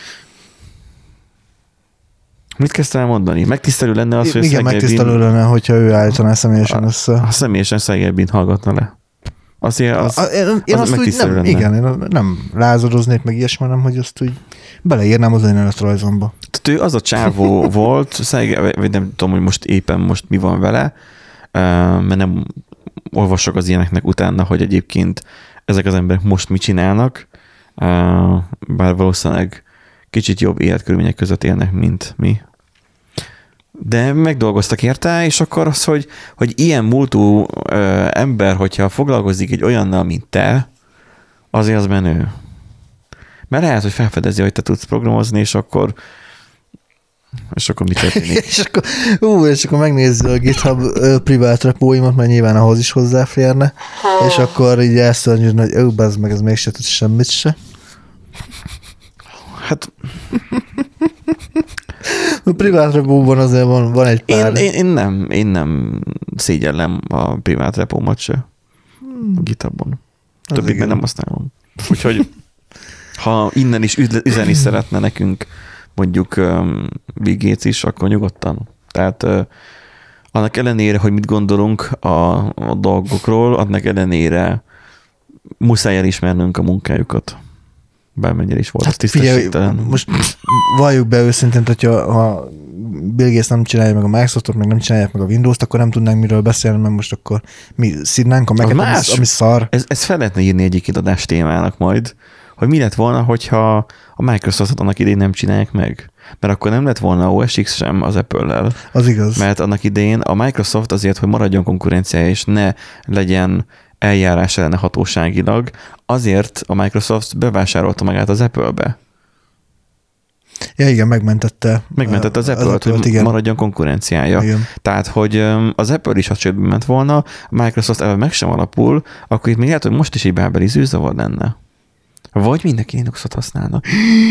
Speaker 1: Mit kezdtem mondani? Megtisztelő lenne az, hogy
Speaker 2: igen, megtisztelő lenne, hogyha ő állítaná személyesen össze.
Speaker 1: Ha személyesen Sergey Brin hallgatna le. Azért az,
Speaker 2: a, én, én
Speaker 1: az
Speaker 2: azt úgy nem,
Speaker 1: lenne.
Speaker 2: igen, én nem lázadoznék meg ilyesmi, hanem hogy azt úgy beleírnám az önéletrajzomba.
Speaker 1: Tehát ő az a csávó volt, Sergey, vagy nem tudom, hogy most éppen most mi van vele, mert nem olvasok az ilyeneknek utána, hogy egyébként ezek az emberek most mit csinálnak, bár valószínűleg kicsit jobb életkörülmények között élnek, mint mi. De megdolgoztak érte, és akkor az, hogy, hogy ilyen múltú ö, ember, hogyha foglalkozik egy olyannal, mint te, azért az menő. Mert lehet, hogy felfedezi, hogy te tudsz programozni, és akkor és akkor mi történik?
Speaker 2: és, akkor, ú, és akkor megnézi a GitHub ö, privát repóimat, mert nyilván ahhoz is hozzáférne, és akkor így elszörnyűdne, hogy ó, bazd meg, ez mégse tud semmit se.
Speaker 1: Hát...
Speaker 2: A privát repóban azért van, van egy pár.
Speaker 1: Én, én, én, nem, én nem szégyellem a privát repómat se. A GitHubon. Többit meg nem használom. Úgyhogy ha innen is üzenni szeretne nekünk mondjuk um, Bill Gates is, akkor nyugodtan. Tehát uh, annak ellenére, hogy mit gondolunk a, a dolgokról, annak ellenére muszáj elismernünk a munkájukat. Bármennyire is volt, hát, az tisztességtelen.
Speaker 2: Most valljuk be őszintén, hogyha ha Bill Gates nem csinálja meg a Microsoftot, meg nem csinálják meg a Windows-t, akkor nem tudnánk miről beszélni, mert most akkor mi szidnánk a Mac-et, ami, ami szar.
Speaker 1: Ez, ez fel lehetne írni egyik adás témának majd, hogy mi lett volna, hogyha a Microsoftot annak idején nem csinálják meg. Mert akkor nem lett volna o es iksz sem az Apple-lel.
Speaker 2: Az igaz.
Speaker 1: Mert annak idején a Microsoft azért, hogy maradjon konkurenciája, és ne legyen eljárás ellene hatóságilag, azért a Microsoft bevásárolta magát az Apple-be.
Speaker 2: Ja, igen, megmentette.
Speaker 1: Megmentette az Apple-t, Apple hogy igen. maradjon konkurenciája. Igen. Tehát, hogy az Apple is a csődbe ment volna, a Microsoft ebben meg sem alapul, akkor itt még lehet, hogy most is egy bábeli zűrzavar lenne. Vagy mindenki Linuxot használna.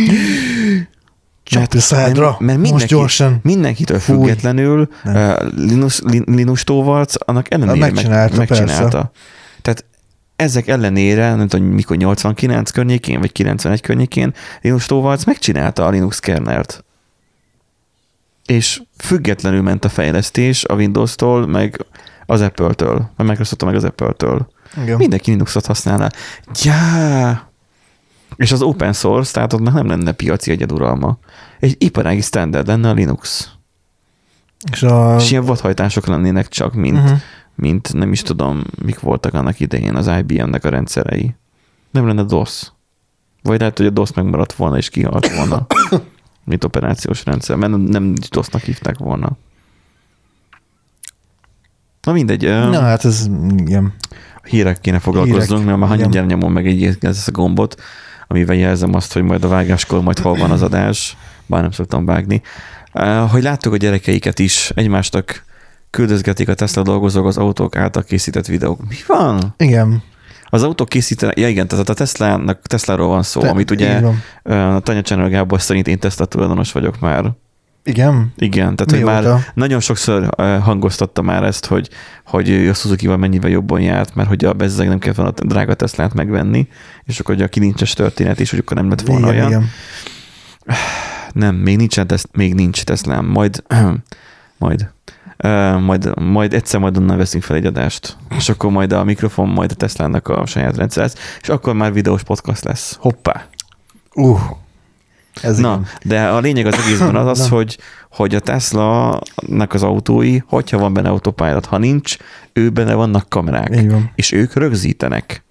Speaker 2: Csak a szádra,
Speaker 1: mert, mert mindenki,
Speaker 2: most gyorsan.
Speaker 1: Mindenkitől Fúj. függetlenül uh, Linus, Linus Torvalds annak ellenére
Speaker 2: megcsinálta.
Speaker 1: Meg, megcsinálta. Tehát ezek ellenére, nem tudom, mikor nyolcvankilenc környékén, vagy kilencvenegy környékén Linus Torvalds megcsinálta a Linux kernelt. És függetlenül ment a fejlesztés a Windows-tól, meg az Apple-től, a Microsoft-tól, meg az Apple-től. Igen. Mindenki Linuxot használná. Ja! És az open source, tehát ott nem lenne piaci egyeduralma. Egy iparági standard lenne a Linux. És, a... és ilyen vadhajtások lennének csak, mint, uh-huh. mint nem is tudom, mik voltak annak idején az I B M-nek a rendszerei. Nem lenne DOS. Vagy lehet, hogy a DOS megmaradt volna, és kihalt volna, mint operációs rendszer, mert nem DOS-nak hívták volna. Na mindegy.
Speaker 2: Na hát ez, igen.
Speaker 1: Hírek kéne foglalkozzunk, hírek, mert már hanyagyára nyomom meg egy ezt a gombot, amivel jelzem azt, hogy majd a vágáskor majd hol van az adás, bár nem szoktam vágni. Hogy láttuk a gyerekeiket is, egymástak küldözgetik a Tesla dolgozók az autók által készített videók. Mi van?
Speaker 2: Igen.
Speaker 1: Az autók készítenek, ja igen, tehát a Tesla-nak, Tesláról van szó,
Speaker 2: Te,
Speaker 1: amit ugye a Tanya Channel Gábor szerint én Tesla tulajdonos vagyok már.
Speaker 2: Igen?
Speaker 1: Igen, tehát hogy már nagyon sokszor hangoztatta már ezt, hogy, hogy a Suzuki-val mennyivel jobban járt, mert hogy a bezzeg nem kellett volna a drága Teslát megvenni, és akkor ugye a kilincses történet is, hogy akkor nem lett volna igen, olyan. Igen. Nem, még, nincsen, még nincs Teslám, majd, majd, uh, majd, majd egyszer majd onnan veszünk fel egy adást, és akkor majd a mikrofon, majd a Teslának a saját rendszer lesz, és akkor már videós podcast lesz. Hoppá!
Speaker 2: Uh, ez
Speaker 1: Na,
Speaker 2: igen.
Speaker 1: de a lényeg az egészben az az, hogy, hogy a Tesla-nak az autói, hogyha van benne autopilot, ha nincs, ő benne vannak kamerák, és ők rögzítenek.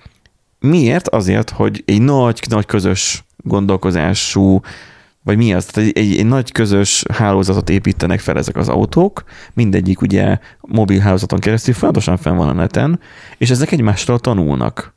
Speaker 1: Miért? Azért, hogy egy nagy, nagy közös gondolkozású, vagy mi az? Tehát egy, egy, egy nagy közös hálózatot építenek fel ezek az autók, mindegyik ugye mobil hálózaton keresztül folyamatosan fenn van a neten, és ezek egymástól tanulnak.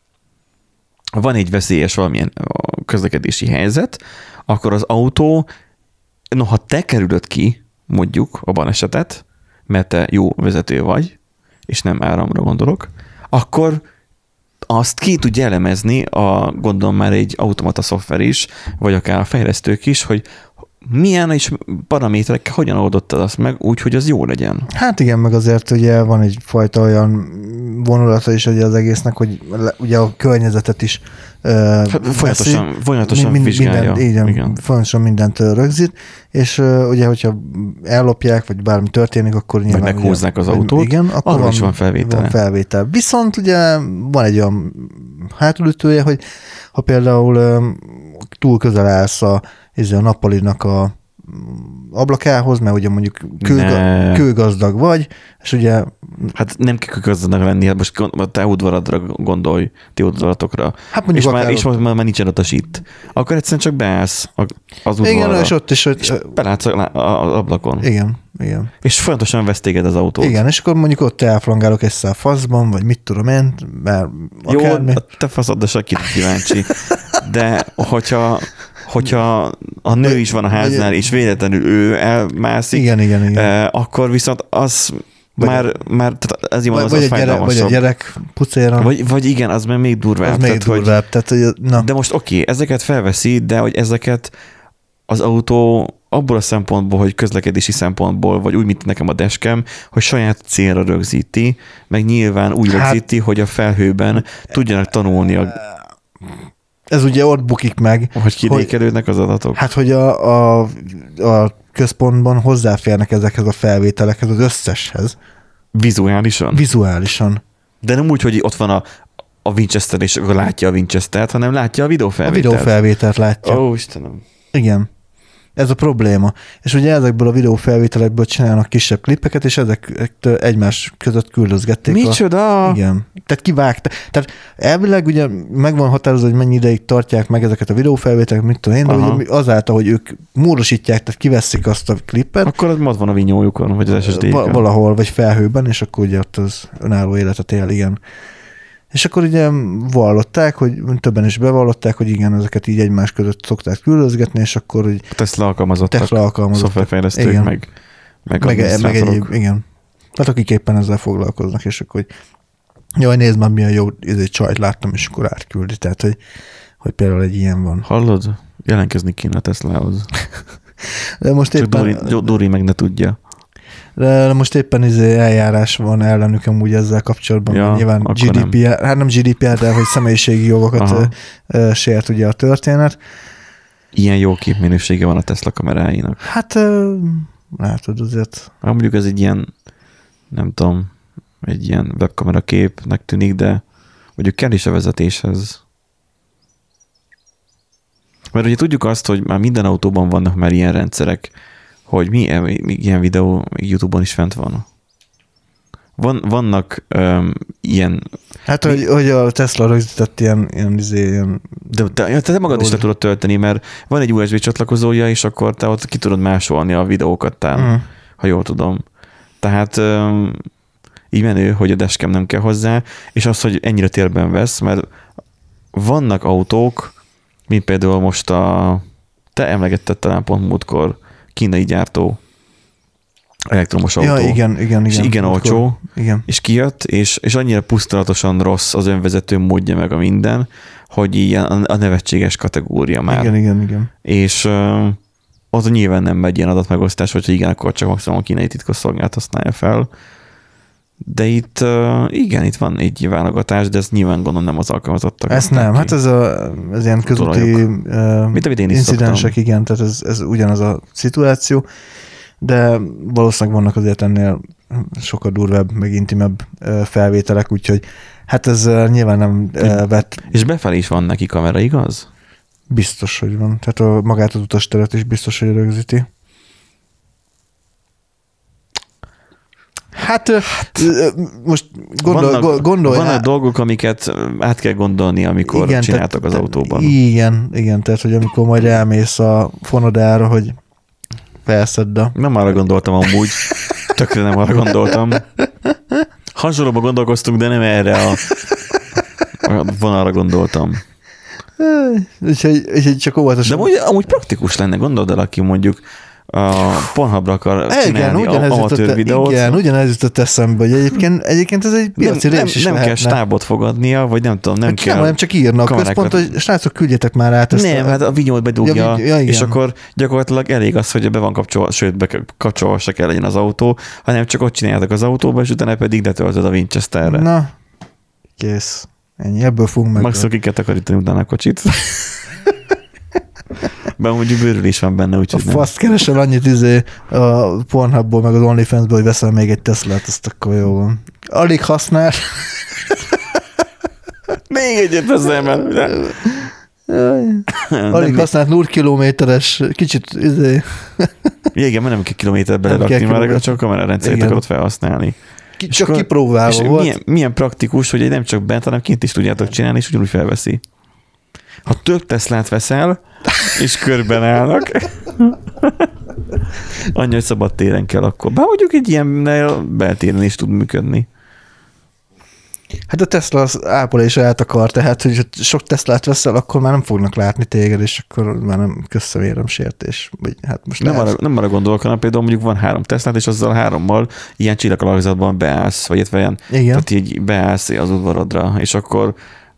Speaker 1: Ha van egy veszélyes valamilyen közlekedési helyzet, akkor az autó, noha te kerülöd ki, mondjuk a balesetet, mert te jó vezető vagy, és nem áramra gondolok, akkor azt ki tudja elemezni a, gondolom már egy automata szoftver is, vagy akár a fejlesztők is, hogy milyen és paraméterekkel hogyan oldottad azt meg úgy, hogy az jó legyen.
Speaker 2: Hát igen, meg azért ugye van egyfajta olyan vonulata is ugye az egésznek, hogy ugye a környezetet is
Speaker 1: hát folyamatosan, folyamatosan mind, vizsgálja.
Speaker 2: Minden, igen, igen. Folyamatosan mindent rögzít, és uh, ugye, hogyha ellopják, vagy bármi történik, akkor nyilván...
Speaker 1: Vagy meghúzzák ugye, az autót, igen, akkor van, is van felvétel.
Speaker 2: van felvétel. Viszont ugye van egy olyan hátulütője, hogy ha például um, túl közel állsz a, a nappalinak a ablakához, mert ugye mondjuk kőga, kőgazdag vagy, és ugye...
Speaker 1: Hát nem kell kőgazdagnak lenni, hát most a te udvaradra gondolj, ti udvaratokra.
Speaker 2: Hát mondjuk
Speaker 1: és már, és most már nincsen ott a sit. Akkor egyszerűen csak beállsz az udvarra.
Speaker 2: Igen, és ott is... Hogy...
Speaker 1: És belátsz az ablakon.
Speaker 2: Igen, igen.
Speaker 1: És folyamatosan vesz téged az autót.
Speaker 2: Igen, és akkor mondjuk ott elflangálok egy szál faszban, vagy mit tudom én, mert
Speaker 1: jó, akármi. A te faszad, de sakit kíváncsi. De hogyha... hogyha a nő is van a háznál, és véletlenül ő elmászik,
Speaker 2: igen, igen, igen.
Speaker 1: Eh, akkor viszont az vagy, már, már tehát ezért
Speaker 2: vagy,
Speaker 1: az
Speaker 2: vagy,
Speaker 1: az
Speaker 2: a gyerek, vagy a gyerek pucéra.
Speaker 1: Vagy, vagy igen, az már még durvább.
Speaker 2: Az még
Speaker 1: tehát,
Speaker 2: durvább.
Speaker 1: Hogy,
Speaker 2: tehát, hogy, na.
Speaker 1: De most oké, okay, ezeket felveszi, de hogy ezeket az autó abból a szempontból, hogy közlekedési szempontból, vagy úgy, mint nekem a dashcam, hogy saját célra rögzíti, meg nyilván úgy hát, rögzíti, hogy a felhőben tudjanak tanulni a...
Speaker 2: Ez ugye ott bukik meg.
Speaker 1: Hogy kilékelődnek az adatok?
Speaker 2: Hát, hogy a, a, a központban hozzáférnek ezekhez a felvételekhez, az összeshez.
Speaker 1: Vizuálisan?
Speaker 2: Vizuálisan.
Speaker 1: De nem úgy, hogy ott van a, a Winchester, és akkor látja a Winchestert, hanem látja a videófelvételt.
Speaker 2: A videófelvételt látja.
Speaker 1: Ó, Istenem.
Speaker 2: Igen. Ez a probléma. És ugye ezekből a videófelvételekből csinálnak kisebb klippeket, és ezek egymás között küldözgették.
Speaker 1: Micsoda?
Speaker 2: A... Igen. Tehát kivágta. Tehát elvileg ugye meg van határozva, hogy mennyi ideig tartják meg ezeket a videófelvételeket, mit tudom én, de ugye azáltal, hogy ők módosítják, tehát kiveszik azt a klippet.
Speaker 1: Akkor az van a vinyójukon, vagy az es es dé-ken.
Speaker 2: Valahol, vagy felhőben, és akkor ugye ott az önálló életet él, igen. És akkor ugye vallották, hogy többen is bevallották, hogy igen, ezeket így egymás között szokták küldözgetni, és akkor hogy
Speaker 1: Tesla alkalmazottak,
Speaker 2: Tesla alkalmazottak.
Speaker 1: szoftverfejlesztők, igen. meg meg,
Speaker 2: meg, meg egyéb, igen. Tehát akik éppen ezzel foglalkoznak, és akkor hogy jaj, nézd már, milyen jó egy csajt láttam, és akkor átküldi. Tehát, hogy, hogy például egy ilyen van.
Speaker 1: Hallod? Jelenkezni kéne a Teslahoz.
Speaker 2: De most
Speaker 1: Csak
Speaker 2: éppen...
Speaker 1: Dori, Dori meg ne tudja.
Speaker 2: De most éppen izé eljárás van ellenük amúgy ezzel kapcsolatban, ja, nyilván gé dé pé er, nem. hát nem gé dé pé er, de hogy személyiségi jogokat ö, sért ugye a történet.
Speaker 1: Ilyen jó képminősége van a Tesla kameráinak.
Speaker 2: Hát ö, látod azért.
Speaker 1: Hát mondjuk ez egy ilyen, nem tudom, egy ilyen webkamera képnek tűnik, de mondjuk kell is a vezetéshez. Mert ugye tudjuk azt, hogy már minden autóban vannak már ilyen rendszerek, hogy mi, ilyen videó YouTube-on is fent van. van vannak um, ilyen...
Speaker 2: Hát, mi, hogy, hogy a Tesla rögzített ilyen... ilyen, ilyen
Speaker 1: de te, te magad is le tudod tölteni, mert van egy u es bé csatlakozója, és akkor te ott ki tudod másolni a videókat, tám, mm. ha jól tudom. Tehát um, így menő, hogy a dashcam nem kell hozzá, és az, hogy ennyire térben vesz, mert vannak autók, mint például most a, te emlegetted talán pont múltkor, kínai gyártó elektromos autó.
Speaker 2: Ja, igen, igen, igen.
Speaker 1: És igen
Speaker 2: múltkor,
Speaker 1: olcsó,
Speaker 2: igen.
Speaker 1: és kijött, és, és annyira pusztulatosan rossz az önvezető módja meg a minden, hogy ilyen a nevetséges kategória már.
Speaker 2: Igen, igen, igen.
Speaker 1: És uh, az nyilván nem megy ilyen adatmegosztás, hogyha igen, akkor csak maximum a kínai titkosszolgálat használja fel. De itt, uh, igen, itt van egy válogatás, de ez nyilván gondolom nem az alkalmazottak.
Speaker 2: Ezt nem, ki. Hát ez, a, ez ilyen közúti uh, incidensek, igen, tehát ez, ez ugyanaz a szituáció, de valószínűleg vannak azért ennél sokkal durvább, meg intimebb uh, felvételek, úgyhogy hát ez uh, nyilván nem uh, vett.
Speaker 1: És befelé is van neki kamera, igaz?
Speaker 2: Biztos, hogy van. Tehát a magát az utasteret is biztos, hogy rögzíti. Hát, hát most gondol,
Speaker 1: vannak,
Speaker 2: gondolj.
Speaker 1: Vannak dolgok, amiket át kell gondolni, amikor igen, csináltak tehát, az autóban.
Speaker 2: Igen, igen, tehát hogy amikor majd elmész a fonodára, hogy felszedd a...
Speaker 1: Nem arra gondoltam amúgy, tökre nem arra gondoltam. Hasonlóban gondolkoztunk, de nem erre a, a vonalra gondoltam.
Speaker 2: Úgyhogy, úgyhogy csak óvatosan.
Speaker 1: De amúgy, amúgy praktikus lenne, gondold el, aki mondjuk a Pornhubra akar csinálni igen, amatőr videót.
Speaker 2: Igen, ugyanez jutott eszembe, hogy egyébként, egyébként ez egy piaci
Speaker 1: nem,
Speaker 2: rés is
Speaker 1: nem, nem kell stábot fogadnia, vagy nem tudom, nem hát kell.
Speaker 2: Nem, csak írna a központ, hogy srácok, küldjetek már át ezt.
Speaker 1: Nem, a... hát a vinyót bedugja, ja, ja, és akkor gyakorlatilag elég az, hogy be van kapcsolva, sőt, bekapcsolva se kell legyen az autó, hanem csak ott csináljátok az autóba, és utána pedig letöltöd a Winchesterre.
Speaker 2: Na, kész. Ennyi, ebből fogunk meg.
Speaker 1: Maximum ki kell takarítani utána a kocsit. Bár mondjuk bőrül is van benne, úgyhogy
Speaker 2: nem. Azt keresel annyit izé a Pornhubból, meg az OnlyFansból, hogy veszel még egy Teslát, azt akkor jó van. Alig használ.
Speaker 1: Még egyet veszel már.
Speaker 2: Alig használt nulla kilométeres, kicsit izé.
Speaker 1: Igen, mert nem kell kilométer belerakni, már csak a kamerarendszert akarod felhasználni.
Speaker 2: Ki, csak akkor, kipróbálva volt.
Speaker 1: Milyen, milyen praktikus, hogy nem csak bent, hanem kint is tudjátok csinálni, és ugyanúgy felveszi. Ha több Teslát veszel, és körben állnak, annyi, hogy szabad téren kell akkor. Bár mondjuk egy ilyennel beltéren is tud működni.
Speaker 2: Hát a Tesla az ápol és eltakar, tehát hogy sok Teslát veszel, akkor már nem fognak látni téged, és akkor már nem köszönvérem sértés. Vagy hát most
Speaker 1: nem, arra, nem arra gondolok, hanem például mondjuk van három Teslát, és azzal hárommal ilyen csillagalakzatban beállsz, vagy itt olyan, tehát így beállsz az udvarodra, és akkor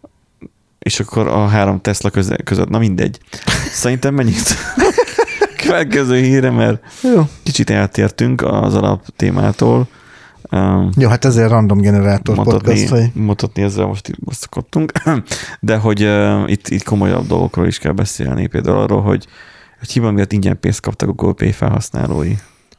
Speaker 1: és akkor a három Tesla között, között na mindegy. Szerintem mennyit? Következő híre, mert jó. Kicsit eltértünk az alap témától.
Speaker 2: Jó, hát ezért random generátor
Speaker 1: mutatni,
Speaker 2: podcast, hogy...
Speaker 1: Mutatni ezzel most itt szokottunk. De hogy uh, itt, itt komolyabb dolgokról is kell beszélni. Például arról, hogy, hogy hiba miatt ingyen pénzt kaptak a Google Pay felhasználói.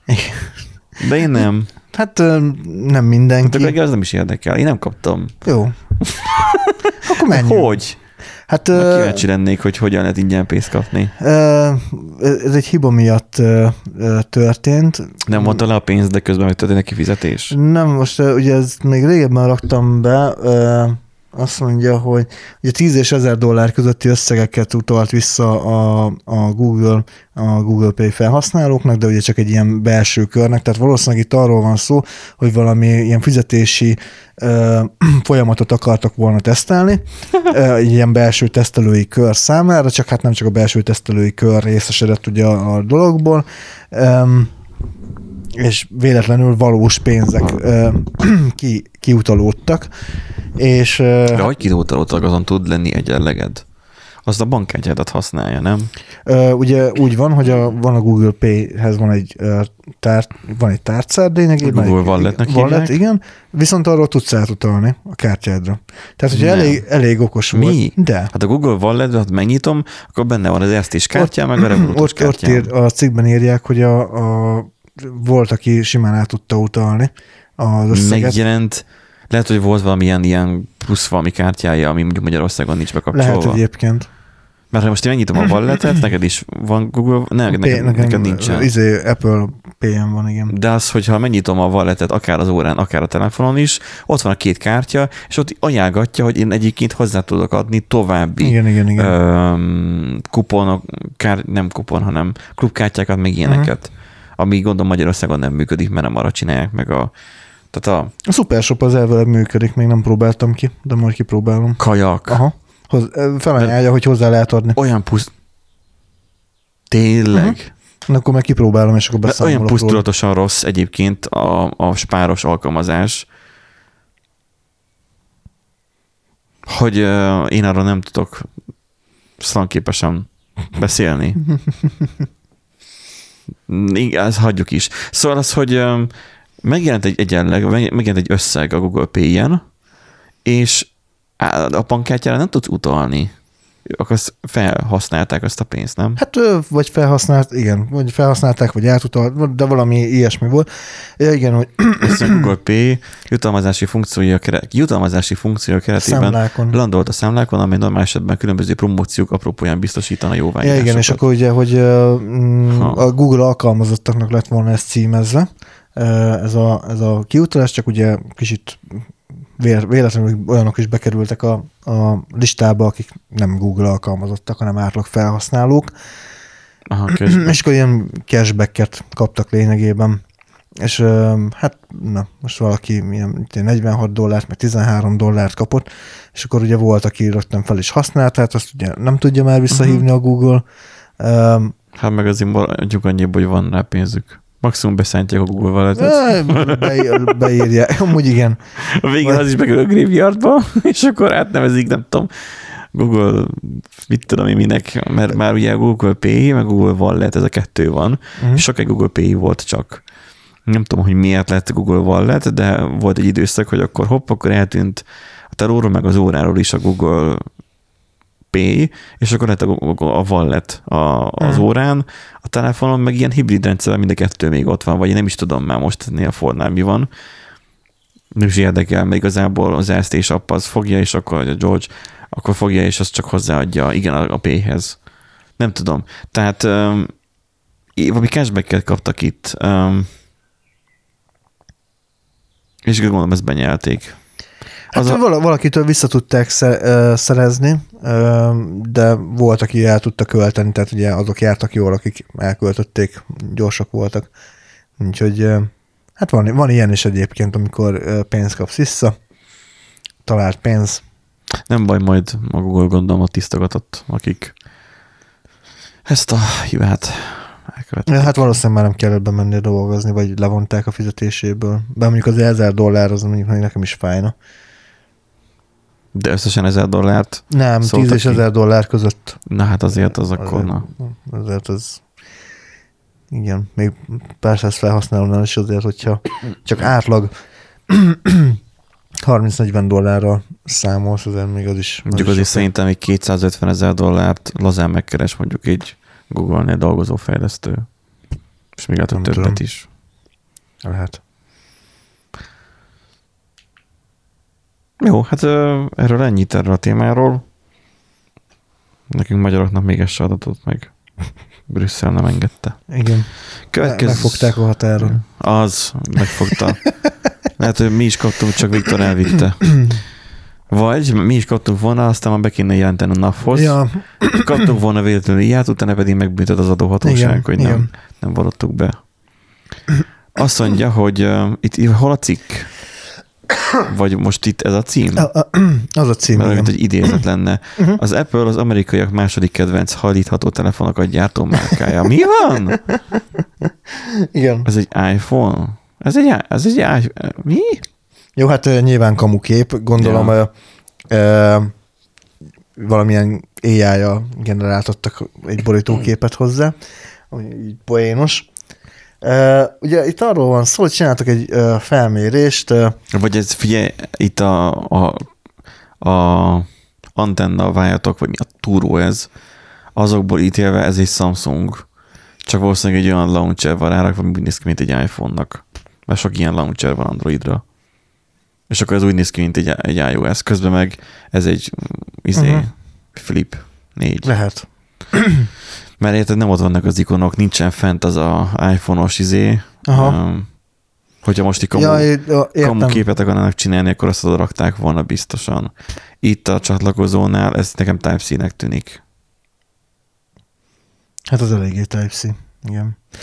Speaker 1: De én nem.
Speaker 2: Hát nem mindenki.
Speaker 1: De az nem is érdekel. Én nem kaptam.
Speaker 2: Jó. Akkor menjünk.
Speaker 1: Hogy?
Speaker 2: Hát,
Speaker 1: Na, kíváncsi lennék, hogy hogyan lehet ingyen pénzt kapni.
Speaker 2: Ez egy hiba miatt történt.
Speaker 1: Nem mondta le a pénzt, de közben megtörtént neki fizetés?
Speaker 2: Nem, most ugye ez még régebben raktam be, azt mondja, hogy ugye tíz és ezer dollár közötti összegeket utalt vissza a, a Google a Google Pay felhasználóknak, de ugye csak egy ilyen belső körnek, tehát valószínűleg itt arról van szó, hogy valami ilyen fizetési ö, folyamatot akartak volna tesztelni, ö, egy ilyen belső tesztelői kör számára, csak hát nem csak a belső tesztelői kör részesedett ugye a, a dologból, ö, és véletlenül valós pénzek ö, ki, kiutalódtak, és...
Speaker 1: De hogy kiutalódtak, azon tud lenni egyenleged? Azt a bankkártyádat használja, nem?
Speaker 2: Uh, ugye úgy van, hogy a, van a Google Pay-hez van egy, uh, tár, van egy tárcád lényegében.
Speaker 1: Google Walletnek
Speaker 2: Wallet, igen, viszont arról tudsz átutalni a kártyádra. Tehát, hogy elég, elég okos volt.
Speaker 1: Mi?
Speaker 2: De.
Speaker 1: Hát a Google Wallet, ha megnyitom, akkor benne van az Erstés kártyám, meg a Revolutos kártyám.
Speaker 2: Ott ír, a cikkben írják, hogy a, a, volt, aki simán át tudta utalni az összeget.
Speaker 1: Megjelent, lehet, hogy volt valamilyen ilyen plusz valami kártyája, ami mondjuk Magyarországon nincs bekapcsolva.
Speaker 2: Lehet egyébként.
Speaker 1: Mert ha most én megnyitom a walletet, neked is van Google, ne, neked,
Speaker 2: P- nekem,
Speaker 1: neked nincsen.
Speaker 2: Izé, Apple Pay-en van, igen.
Speaker 1: De az, hogyha megnyitom a walletet akár az órán, akár a telefonon is, ott van a két kártya, és ott ajánlgatja, hogy én egyébként hozzá tudok adni további
Speaker 2: igen, igen, igen.
Speaker 1: Ö, kuponok, kár, nem kupon, hanem klubkártyákat, meg ilyeneket. Uh-huh. Ami gondolom Magyarországon nem működik, mert nem arra csinálják meg a Tehát a...
Speaker 2: A Supershop az elvileg működik, még nem próbáltam ki, de majd kipróbálom.
Speaker 1: Kajak.
Speaker 2: Aha. Hoz, felajánlja, hogy hozzá lehet adni.
Speaker 1: Olyan puszt... Tényleg? Uh-huh.
Speaker 2: Na, akkor meg kipróbálom, és akkor beszámolok
Speaker 1: olyan pusztulatosan róla. Rossz egyébként a, a spáros alkalmazás, hogy uh, én arra nem tudok szlanképesen beszélni. Ez hagyjuk is. Szóval az, hogy um, megjelent egy egyenleg, megjelent egy összeg a Google Pay-en, és a bankkártyára nem tudsz utalni. Ők azt felhasználták azt a pénzt, nem?
Speaker 2: Hát vagy felhasznált, igen, vagy felhasználták, vagy átutalt, de valami ilyesmi volt. Ja, igen, hogy...
Speaker 1: Ezt a Google Pay jutalmazási funkciója, jutalmazási funkciója keretében
Speaker 2: számlákon.
Speaker 1: Landolt a számlákon, amely normál esetben különböző promóciók apropóján biztosítana jóváírásokat.
Speaker 2: Ja, igen, és akkor ugye, hogy a Google alkalmazottaknak lett volna ezt címezve, ez a, ez a kiutalás, csak ugye kicsit véletlenül olyanok is bekerültek a, a listába, akik nem Google alkalmazottak, hanem átlag felhasználók.
Speaker 1: Aha,
Speaker 2: és akkor ilyen cashbacket kaptak lényegében. És hát na, most valaki ilyen negyvenhat dollárt, meg tizenhárom dollárt kapott, és akkor ugye volt, aki rögtön fel is használt, tehát azt ugye nem tudja már visszahívni uh-huh. a Google.
Speaker 1: Hát meg azért mondjuk annyiból, hogy van rá pénzük. Maximum beszántják a Google Wallet-et.
Speaker 2: Beír, beírják, amúgy igen.
Speaker 1: A végén az is bekerül a graveyardba, és akkor átnevezik, nem tudom, Google, mit tudom én minek, mert már ugye a Google Pay, meg Google Wallet, ez a kettő van, uh-huh. és sokáig Google Pay volt csak. Nem tudom, hogy miért lett Google Wallet, de volt egy időszak, hogy akkor hopp, akkor eltűnt a telóról, meg az óráról is a Google Pay, és akkor lett a, a wallet a, az hmm. órán, a telefonon meg ilyen hibrid rendszerben mind a kettő még ott van, vagy én nem is tudom már most ennél a Fordnál mi van. Nem is érdekel, mert igazából az Erste app az fogja, és akkor a George akkor fogja, és azt csak hozzáadja, igen, a, a Payhez. Nem tudom. Tehát um, valami cashbacket kaptak itt, um, és gondolom ezt benyelték.
Speaker 2: Hát a... valakitől vissza tudták szerezni, de volt, aki el tudta költeni, tehát ugye azok jártak jól, akik elköltötték, gyorsak voltak. Úgyhogy hát van, van ilyen is egyébként, amikor pénzt kapsz vissza, talált pénz.
Speaker 1: Nem baj, majd a Google gondolom a tisztogatott, akik ezt a hibát elkövették.
Speaker 2: Hát valószínűleg már nem kellett bemenni dolgozni, vagy levonták a fizetéséből. Bár mondjuk az ezer dollár az mondjuk nekem is fájna.
Speaker 1: De összesen ezer dollárt?
Speaker 2: Nem, tíz és ezer dollár között.
Speaker 1: Na hát azért az akkor,
Speaker 2: azért,
Speaker 1: na.
Speaker 2: Azért az, igen, még pár száz felhasználónál is azért, hogyha csak átlag harminc-negyven dollárra számolsz, azért még az is.
Speaker 1: Mondjuk azért szerintem még kétszázötven ezer dollárt lazán megkeres mondjuk egy Google-nél dolgozó fejlesztő. És még lehet, hogy többet tudom. is.
Speaker 2: Lehet.
Speaker 1: Jó, hát erről ennyit erről a témáról. Nekünk magyaroknak még ezt se adatott meg. Brüsszel nem engedte.
Speaker 2: Igen.
Speaker 1: Következő...
Speaker 2: Megfogták a határon.
Speaker 1: Az, megfogta. Lehet, hogy mi is kaptunk, csak Viktor elvitte. Vagy mi is kaptunk volna, aztán már be kéne jelenteni a naphoz.
Speaker 2: Ja.
Speaker 1: Kaptunk volna véletlenül ilyet, utána pedig megbüntet az adóhatóság, igen, hogy nem, nem vallottuk be. Azt mondja, hogy uh, itt hol a cikk? Vagy most itt ez a cím?
Speaker 2: Az a cím,
Speaker 1: mert mint egy idézet lenne. Az Apple az amerikaiak második kedvenc hajlítható telefonokat gyártó márkája. Mi van?
Speaker 2: Igen.
Speaker 1: Ez egy iPhone? Ez egy, ez egy iPhone? Mi?
Speaker 2: Jó, hát nyilván kamukép. Gondolom ja. e, e, valamilyen á í-ja generáltattak egy borítóképet hozzá, ami így poénos. Uh, ugye itt arról van szó, hogy csináltak egy uh, felmérést. Uh,
Speaker 1: Vagy ez, figyelj, itt a, a, a antenna váljatok, vagy mi a túró ez, azokból ítélve ez egy Samsung. Csak valószínűleg egy olyan launcher van rárakva, ami úgy néz ki, mint egy iPhone-nak. Mert sok ilyen launcher van Androidra. És akkor ez úgy néz ki, mint egy, egy iOS. Közben meg ez egy izé, uh-huh. Flip négy.
Speaker 2: Lehet.
Speaker 1: Mert érted, nem ott vannak az ikonok, nincsen fent az a iPhone-os izé. Um, hogyha most így kamu,
Speaker 2: ja,
Speaker 1: kamu képet akarnának csinálni, akkor azt oda rakták volna biztosan. Itt a csatlakozónál ez nekem Type-C-nek tűnik.
Speaker 2: Hát az eléggé Type-C, igen.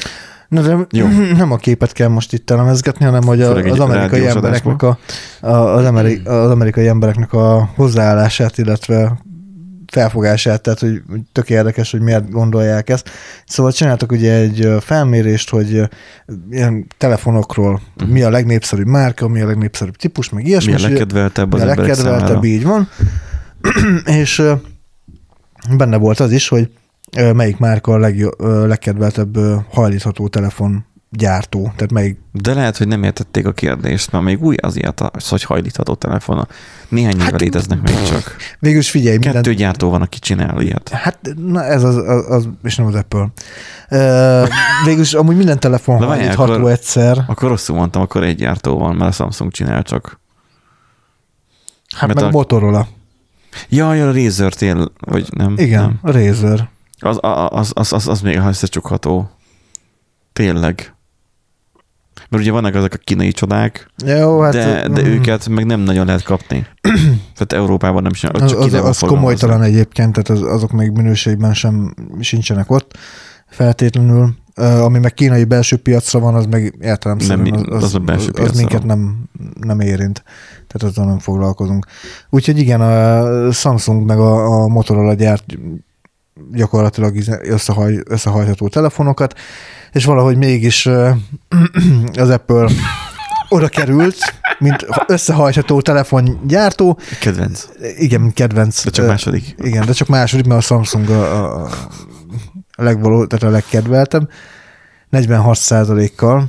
Speaker 2: Na de Jó. nem a képet kell most itt elemezgetni, hanem hogy a, az amerikai embereknek a, a, az, ameri, az amerikai embereknek a hozzáállását, illetve felfogását, tehát hogy tök érdekes, hogy miért gondolják ezt. Szóval csináltak ugye egy felmérést, hogy ilyen telefonokról uh-huh. mi a legnépszerűbb márka, mi a legnépszerűbb típus, meg ilyesmi.
Speaker 1: Mi a legkedveltebb az
Speaker 2: mi a
Speaker 1: emberek
Speaker 2: legkedveltebb, így van. És benne volt az is, hogy melyik márka a legjo, legkedveltebb hajlítható telefon gyártó. Tehát melyik...
Speaker 1: De lehet, hogy nem értették a kérdést, mert még új az ilyet, az, hogy hajlítható telefon. Néhány évvel hát, léteznek még csak.
Speaker 2: Végülis figyelj.
Speaker 1: Kettő
Speaker 2: minden...
Speaker 1: gyártó van, aki csinál ilyet.
Speaker 2: Hát na ez az, az, az és nem az Apple. Uh, végülis amúgy minden telefon hajlítható akkor, egyszer.
Speaker 1: Akkor rosszul mondtam, akkor egy gyártó van, mert a Samsung csinál csak.
Speaker 2: Hát mert meg a Motorola.
Speaker 1: Jaj, a Razer tél, vagy nem?
Speaker 2: Igen,
Speaker 1: nem.
Speaker 2: a Razer.
Speaker 1: Az, az, az, az, az még összecsukható. Tényleg. Mert ugye vannak azok a kínai csodák,
Speaker 2: Jó, hát,
Speaker 1: de, de mm. őket meg nem nagyon lehet kapni. Tehát Európában nem sem.
Speaker 2: Az, az, az komolytalan egyébként, tehát az, azok még minőségben sem sincsenek ott feltétlenül. Uh, ami meg kínai belső piacra van, az meg értelemszerűen az, az, az, a belső az, az minket nem, nem érint. Tehát azzal nem foglalkozunk. Úgyhogy igen, a Samsung meg a, a Motorola gyárt gyakorlatilag összehaj, összehajtható telefonokat, és valahogy mégis az Apple oda került, mint összehajtható telefongyártó.
Speaker 1: Kedvenc.
Speaker 2: Igen, mint kedvenc.
Speaker 1: De csak második.
Speaker 2: Igen, de csak második, mert a Samsung a, a legvaló, tehát a legkedveltebb. negyvenhat százalékkal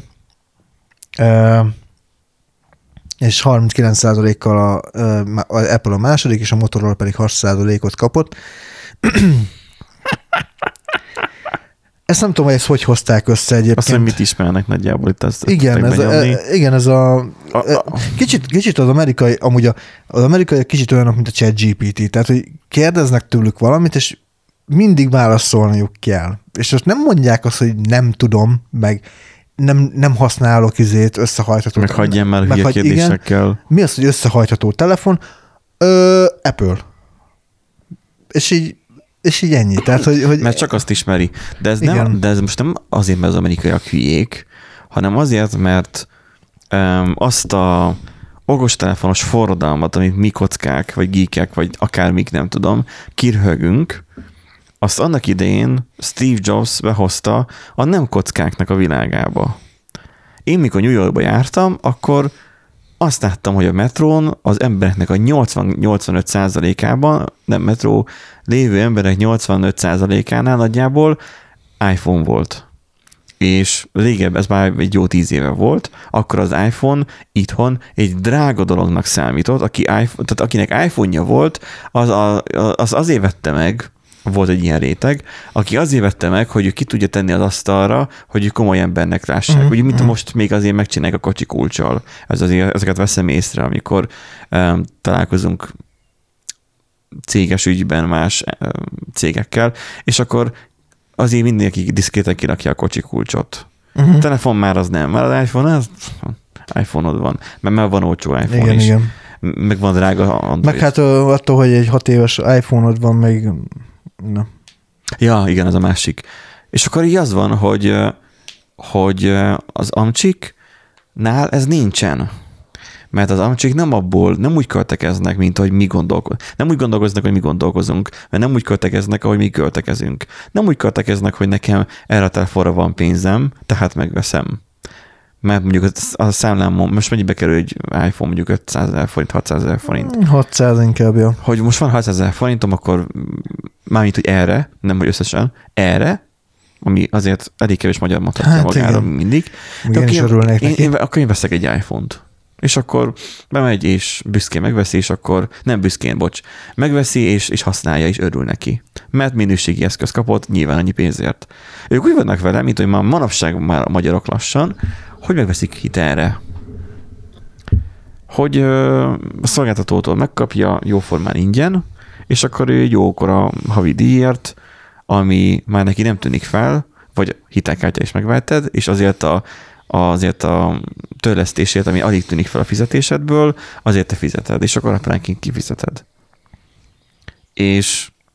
Speaker 2: és harminckilenc százalékkal a, a Apple a második, és a Motorola pedig hat százalékot kapott. Ezt nem tudom, hogy ezt hogy hozták össze egyébként.
Speaker 1: Azt, hogy mit ismernek nagyjából itt ezt.
Speaker 2: Igen, ez a, igen, ez a, a, a kicsit, kicsit az amerikai, amúgy a, az amerikai kicsit olyanok, mint a ChatGPT, tehát, hogy kérdeznek tőlük valamit, és mindig válaszolniuk kell. És most nem mondják azt, hogy nem tudom, meg nem, nem használok izét összehajtható.
Speaker 1: Meg hagyjam már hülye hagy, kérdésekkel.
Speaker 2: Igen. Mi az, hogy összehajtható telefon? Ö, Apple. És így És így ennyi. Tehát, hogy, hogy...
Speaker 1: Mert csak azt ismeri. De ez, nem, de ez most nem azért, mert az amerikaiak hülyék, hanem azért, mert um, azt a okostelefonos forradalmat, amit mi kockák, vagy geekek, vagy akármik, nem tudom, kirhögünk, azt annak idején Steve Jobs behozta a nem kockáknak a világába. Én mikor New Yorkba jártam, akkor azt láttam, hogy a metrón az embereknek a nyolcvan-nyolcvanöt százalékában, nem metró, lévő emberek nyolcvanöt százalékánál nagyjából iPhone volt. És régebb, ez már egy jó tíz éve volt, akkor az iPhone itthon egy drága dolognak számított, aki iPhone, tehát akinek iPhone-ja volt, az, a, az azért vette meg, volt egy ilyen réteg, aki azért vette meg, hogy ő ki tudja tenni az asztalra, hogy ő komoly embernek lássák. Uh-huh. Ugye, mint most még azért megcsinálják a kocsi kulccsal. Ez azért, ezeket veszem észre, amikor um, találkozunk céges ügyben más um, cégekkel, és akkor azért mindenki diszkréten kirakja a kocsi kulcsot. Uh-huh. A telefon már az nem, mert az iPhone, az iPhone-od van, mert már van olcsó iPhone
Speaker 2: igen,
Speaker 1: is.
Speaker 2: Igen.
Speaker 1: Meg van drága Android.
Speaker 2: Meg hát attól, hogy egy hat éves iPhone-od van, még na.
Speaker 1: Ja, igen, ez a másik. És akkor így az van, hogy, hogy az amcsiknál ez nincsen. Mert az amcsik nem abból, nem úgy költekeznek, mint hogy mi gondolkozunk. Nem úgy gondolkoznak, hogy mi gondolkozunk, mert nem úgy költekeznek, ahogy mi költekezünk. Nem úgy költekeznek, hogy nekem erre a telefonra van pénzem, tehát megveszem. Mert mondjuk a számlám, most mennyibe kerül egy iPhone, mondjuk ötszázezer forint, hatszázezer forint.
Speaker 2: hatszáz inkább, jó.
Speaker 1: Hogy most van hatszázezer forintom, akkor mármint, hogy erre, nem hogy összesen, erre, ami azért elég kevés magyar mondhatja hát magára igen. mindig.
Speaker 2: De én, én,
Speaker 1: én, én, akkor én veszek egy iPhone-t. És akkor bemegy, és büszkén megveszi, és akkor nem büszkén, bocs, megveszi, és, és használja, és örül neki. Mert minőségi eszköz kapott, nyilván annyi pénzért. Ők úgy vannak vele, mint hogy már manapság már a magyarok lassan, hogy megveszik hitelre. Hogy ö, a szolgáltatótól megkapja jóformán ingyen, és akkor ő egy jókora havi díjért, ami már neki nem tűnik fel, vagy hitelkártya is megvetted, és azért a, azért a törlesztésért, ami alig tűnik fel a fizetésedből, azért te fizeted, és akkor apránként kifizeted. És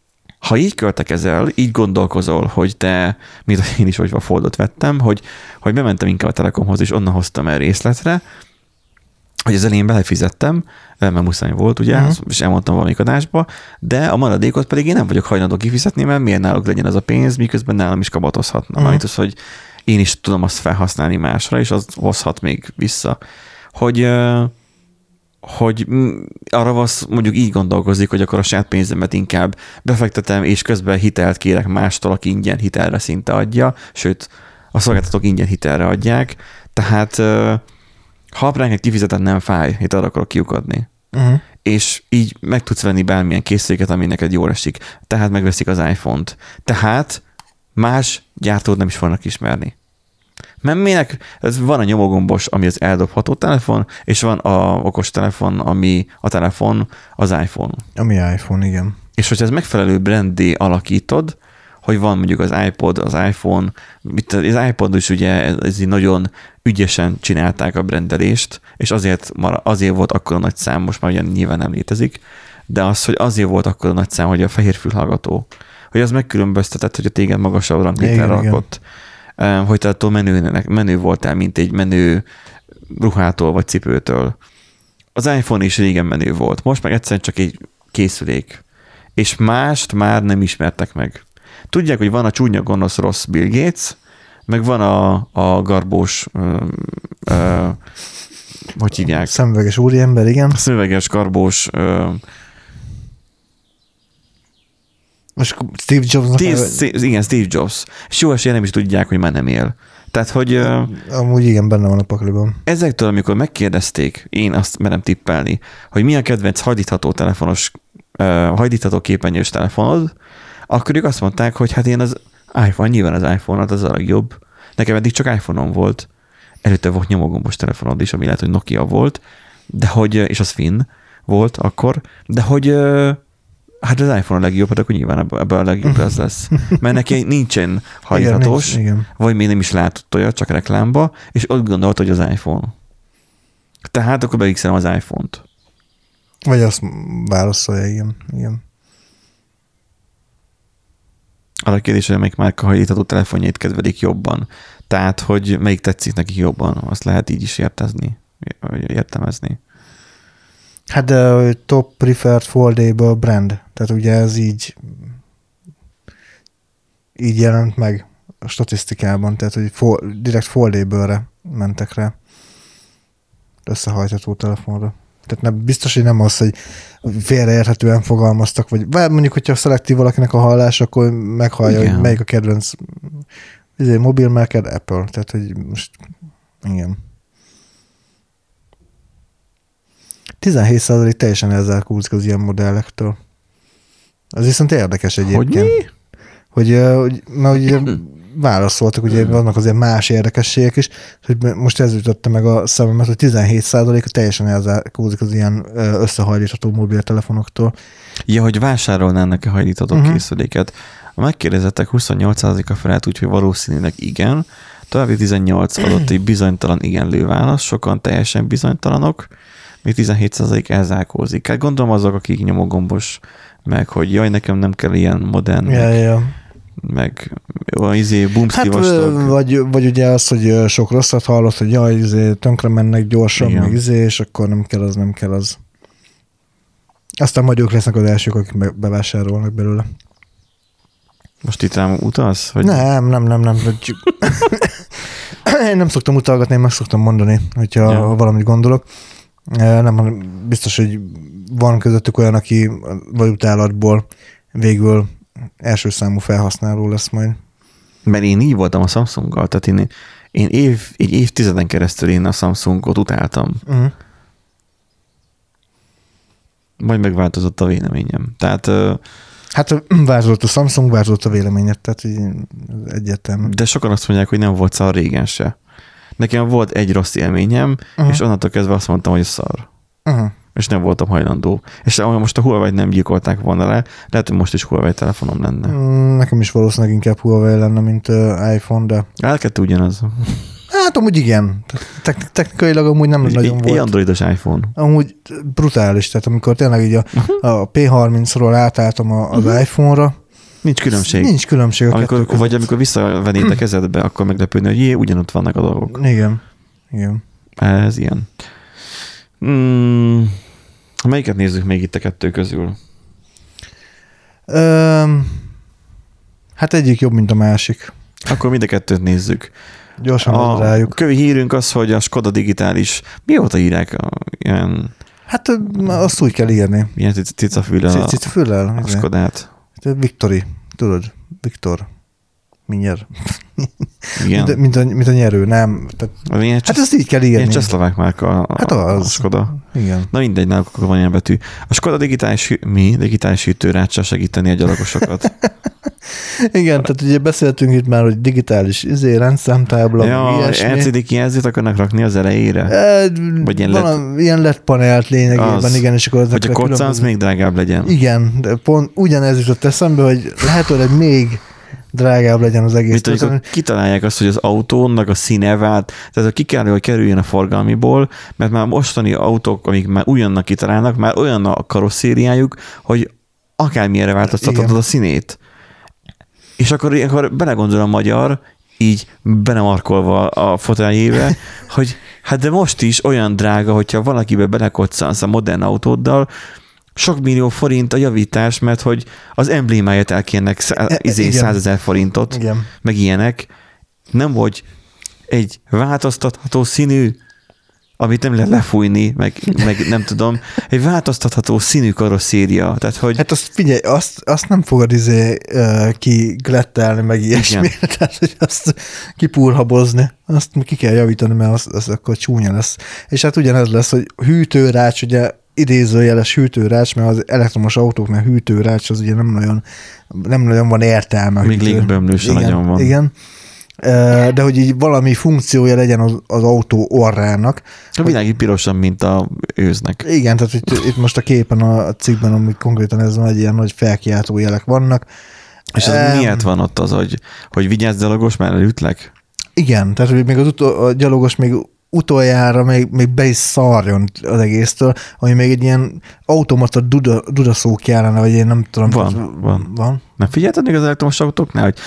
Speaker 1: ha így költekezel, így gondolkozol, hogy te, mint én is, hogy a Foldot vettem, hogy, hogy bementem inkább a Telekomhoz, és onnan hoztam el részletre, hogy az elején belefizettem, mert muszáj volt, ugye, uh-huh. és elmondtam valamelyik adásba, de a maradékot pedig én nem vagyok hajlandó kifizetni, mert miért náluk legyen az a pénz, miközben nálam is kamatozhatna. Uh-huh. Az, hogy én is tudom azt felhasználni másra, és az hozhat még vissza. Hogy, hogy arra vasz, mondjuk így gondolkozik, hogy akkor a saját pénzemet inkább befektetem, és közben hitelt kérek mástól, aki ingyen hitelre szinte adja, sőt, a szolgáltatók ingyen hitelre adják, tehát ha apránként kifizeted, nem fáj, itt arra akarok kiukadni. Uh-huh. És így meg tudsz venni bármilyen készüléket, ami neked jól esik. Tehát megveszik az iPhone-t. Tehát más gyártót nem is fognak ismerni. Mert minek? Ez van a nyomógombos, ami az eldobható telefon, és van a okos telefon, ami a telefon, az iPhone.
Speaker 2: Ami iPhone, igen.
Speaker 1: És hogyha ez megfelelő brandé alakítod, hogy van mondjuk az iPod, az iPhone, az iPod is ugye ez így nagyon ügyesen csinálták a brendelést, és azért, azért volt akkor a nagy szám, most már ugye nyilván nem létezik, de az, hogy azért volt akkor a nagy szám, hogy a fehér fülhallgató, hogy az megkülönböztetett, hogy a téged magasabb ranglétre rakott, hogy te attól menő, menő voltál, mint egy menő ruhától vagy cipőtől. Az iPhone is régen menő volt, most meg egyszerűen csak egy készülék, és mást már nem ismertek meg. Tudják, hogy van a csúnya, gonosz, rossz Bill Gates, meg van a, a garbós, ö, ö, hogy hívják?
Speaker 2: Szemüveges úriember, igen.
Speaker 1: A szemüveges, garbós. Ö,
Speaker 2: Most Steve Jobsnak...
Speaker 1: Steve, igen, Steve Jobs. És jó esélye nem is tudják, hogy már nem él. Tehát, hogy...
Speaker 2: Amúgy igen, benne van a pakliban.
Speaker 1: Ezektől, amikor megkérdezték, én azt merem tippelni, hogy mi a kedvenc hajlítható telefonos, uh, hajlítható képernyős telefonod, akkor ők azt mondták, hogy hát én az iPhone, nyilván az iPhone-od az a legjobb. Nekem eddig csak iPhone-om volt. Előtte volt nyomógombos telefonod is, ami lehet, hogy Nokia volt, de hogy, és az Finn volt akkor, de hogy hát az iPhone a legjobb, hát akkor nyilván ebben a legjobb az lesz. Mert neki nincsen hajlíthatós, igen, igen. Vagy még nem is látott olyat, csak reklámba, és ott gondolt, hogy az iPhone. Tehát akkor beigszelem az iPhone-t.
Speaker 2: Vagy azt válaszolja, igen. igen.
Speaker 1: A kérdés, hogy melyik márka hajlítható telefonjait kedvelik jobban. Tehát, hogy melyik tetszik neki jobban, azt lehet így is értezni, értelmezni.
Speaker 2: Hát de top preferred foldable brand. Tehát ugye ez így így jelent meg a statisztikában, tehát hogy for, direkt foldable-re mentek rá összehajtható telefonra. Tehát nem, biztos, hogy nem az, hogy félreérthetően fogalmaztak, vagy mondjuk, hogyha szelektív valakinek a hallás, akkor meghallja, igen, hogy melyik a kedvenc mobilmerked, Apple. Tehát, hogy most igen. tizenhét százalék teljesen elzárkózik az ilyen modellektől. Az viszont érdekes egyébként.
Speaker 1: Hogy mi?
Speaker 2: Hogy, hogy mert ugye válaszoltak, ugye vannak azért más érdekességek is, hogy most ez ütötte meg a szememet, hogy tizenhét százalék teljesen elzárkózik az ilyen összehajlítható mobiltelefonoktól.
Speaker 1: Ja, hogy vásárolnának-e hajlítható uh-huh. készüléket. A megkérdezettek huszonnyolc százaléka felelt, úgyhogy valószínűleg igen. További tizennyolc adott egy bizonytalan igenlő válasz, sokan teljesen bizonytalanok, még tizenhét százalék elzárkózik. Hát gondolom azok, akik nyomógombos, meg hogy jaj, nekem nem kell ilyen modern,
Speaker 2: ja,
Speaker 1: meg,
Speaker 2: ja.
Speaker 1: meg olyan izé bumszki
Speaker 2: hát,
Speaker 1: vastag.
Speaker 2: Vagy, vagy ugye az, hogy sok rosszat hallott, hogy jaj, izé, tönkre mennek gyorsan, igen, meg izé, és akkor nem kell az, nem kell az. Aztán majd ők lesznek az elsők, akik bevásárolnak belőle.
Speaker 1: Most itt rám utalsz? Hogy...
Speaker 2: Nem, nem, nem, nem. Én nem szoktam utalgatni, én meg szoktam mondani, hogyha ja. valamit gondolok. Nem, biztos, hogy van közöttük olyan, aki valutálatból végül első számú felhasználó lesz majd.
Speaker 1: Mert én így voltam a Samsunggal, tehát én, én év, egy évtizeden keresztül én a Samsungot utáltam. Uh-huh. Majd megváltozott a véleményem. Tehát...
Speaker 2: Hát változott a Samsung, változott a véleményed, tehát így egyértelmű.
Speaker 1: De sokan azt mondják, hogy nem volt szar régen se. Nekem volt egy rossz élményem, uh-huh. és onnantól kezdve azt mondtam, hogy szar. Uh-huh. És nem voltam hajlandó. És most a Huawei-t nem gyilkolták volna le, lehet, hogy most is Huawei telefonom lenne.
Speaker 2: Nekem is valószínűleg inkább Huawei lenne, mint uh, iPhone, de...
Speaker 1: Elkettő ugyanaz.
Speaker 2: Hát amúgy igen. Te- technikailag amúgy nem
Speaker 1: egy,
Speaker 2: nagyon
Speaker 1: egy
Speaker 2: volt.
Speaker 1: Egy androidos iPhone.
Speaker 2: Amúgy brutális, tehát amikor tényleg így a, uh-huh. a P harmincról átálltam az uh-huh. iPhone-ra,
Speaker 1: Nincs különbség.
Speaker 2: Nincs különbség.
Speaker 1: Amikor, vagy amikor visszavennéd a kezedbe, akkor meglepődni, hogy jé, ugyanott vannak a dolgok.
Speaker 2: Igen. Igen.
Speaker 1: Ez ilyen. Hmm. Melyiket nézzük még itt a kettő közül?
Speaker 2: Öm, hát egyik jobb, mint a másik.
Speaker 1: Akkor mind a kettőt nézzük.
Speaker 2: Gyorsan
Speaker 1: a
Speaker 2: rájuk.
Speaker 1: Kövi hírünk az, hogy a Skoda digitális, mióta írják a, ilyen...
Speaker 2: Hát azt úgy kell írni.
Speaker 1: Ilyen cicafüllel a,
Speaker 2: Cicafüllel,
Speaker 1: a Skodát.
Speaker 2: Viktori, tudod, Viktor. Mindjárt.
Speaker 1: Igen.
Speaker 2: Mint, mint, a, mint a nyerő, nem? Tehát, hát
Speaker 1: csesz,
Speaker 2: ezt így kell írni.
Speaker 1: Ilyen csehszlovák márka a,
Speaker 2: hát az.
Speaker 1: a Skoda.
Speaker 2: Igen.
Speaker 1: Na mindegy, náluk akkor van ilyen betű. A Skoda digitális, mi? Digitális hűtőráccsal segíteni a gyalogosokat.
Speaker 2: Igen, tehát ugye beszéltünk itt már, hogy digitális izé, rendszámtábla,
Speaker 1: ja,
Speaker 2: ilyesmi.
Speaker 1: el cé dé kijelzőt akarnak rakni az elejére?
Speaker 2: E,
Speaker 1: Vagy ilyen
Speaker 2: led... ilyen led panelt lényegében, az, igen, és akkor ezek
Speaker 1: hogy a koccanc különböző... még drágább legyen.
Speaker 2: Igen, de pont ugyanez jutott eszembe, hogy lehetőleg még drágább legyen az egész.
Speaker 1: Mint amikor kitalálják azt, hogy az autónak a színe vált, tehát ki kell, hogy kerüljön a forgalmiból, mert már mostani autók, amik már újonnan kitalálnak, már olyan a karosszériájuk, hogy akármilyenre változtatod a színét. És akkor, akkor belegondol a magyar, így benemarkolva a foteljébe, hogy hát de most is olyan drága, hogyha valakibe belekoccansz a modern autóddal, sok millió forint a javítás, mert hogy az emblémáját elkérnek szá- izé százezer forintot,
Speaker 2: igen.
Speaker 1: meg ilyenek. Nem vagy egy változtatható színű, amit nem lehet lefújni, meg, meg nem tudom, egy változtatható színű karosszéria. Tehát, hogy...
Speaker 2: Hát azt figyelj, azt, azt nem fogod izé uh, kiglettelni, meg ilyesmi, tehát hogy azt kipúrhabozni, azt ki kell javítani, mert az, az akkor csúnya lesz. És hát ugyanez lesz, hogy hűtőrács, ugye idézőjeles hűtőrács, mert az elektromos autóknál hűtőrács az ugye nem nagyon, nem nagyon van értelme.
Speaker 1: Még légbömlőse nagyon van.
Speaker 2: Igen. De hogy így valami funkciója legyen az, az autó orrának.
Speaker 1: A világi pirosan, mint a őznek.
Speaker 2: Igen, tehát itt, itt most a képen, a cikkben, amik konkrétan ez van, egy ilyen nagy felkiáltó jelek vannak.
Speaker 1: És az um, miért van ott az, hogy, hogy vigyázz gyalogos, mert elütlek?
Speaker 2: Igen, tehát hogy még az utol, a gyalogos még utoljára még, még be is szarjon az egésztől, ami még egy ilyen automata duda, dudaszó kellene, vagy én nem tudom.
Speaker 1: Van,
Speaker 2: tehát,
Speaker 1: van.
Speaker 2: van.
Speaker 1: Nem figyelted még az elektromos autóknál, hogy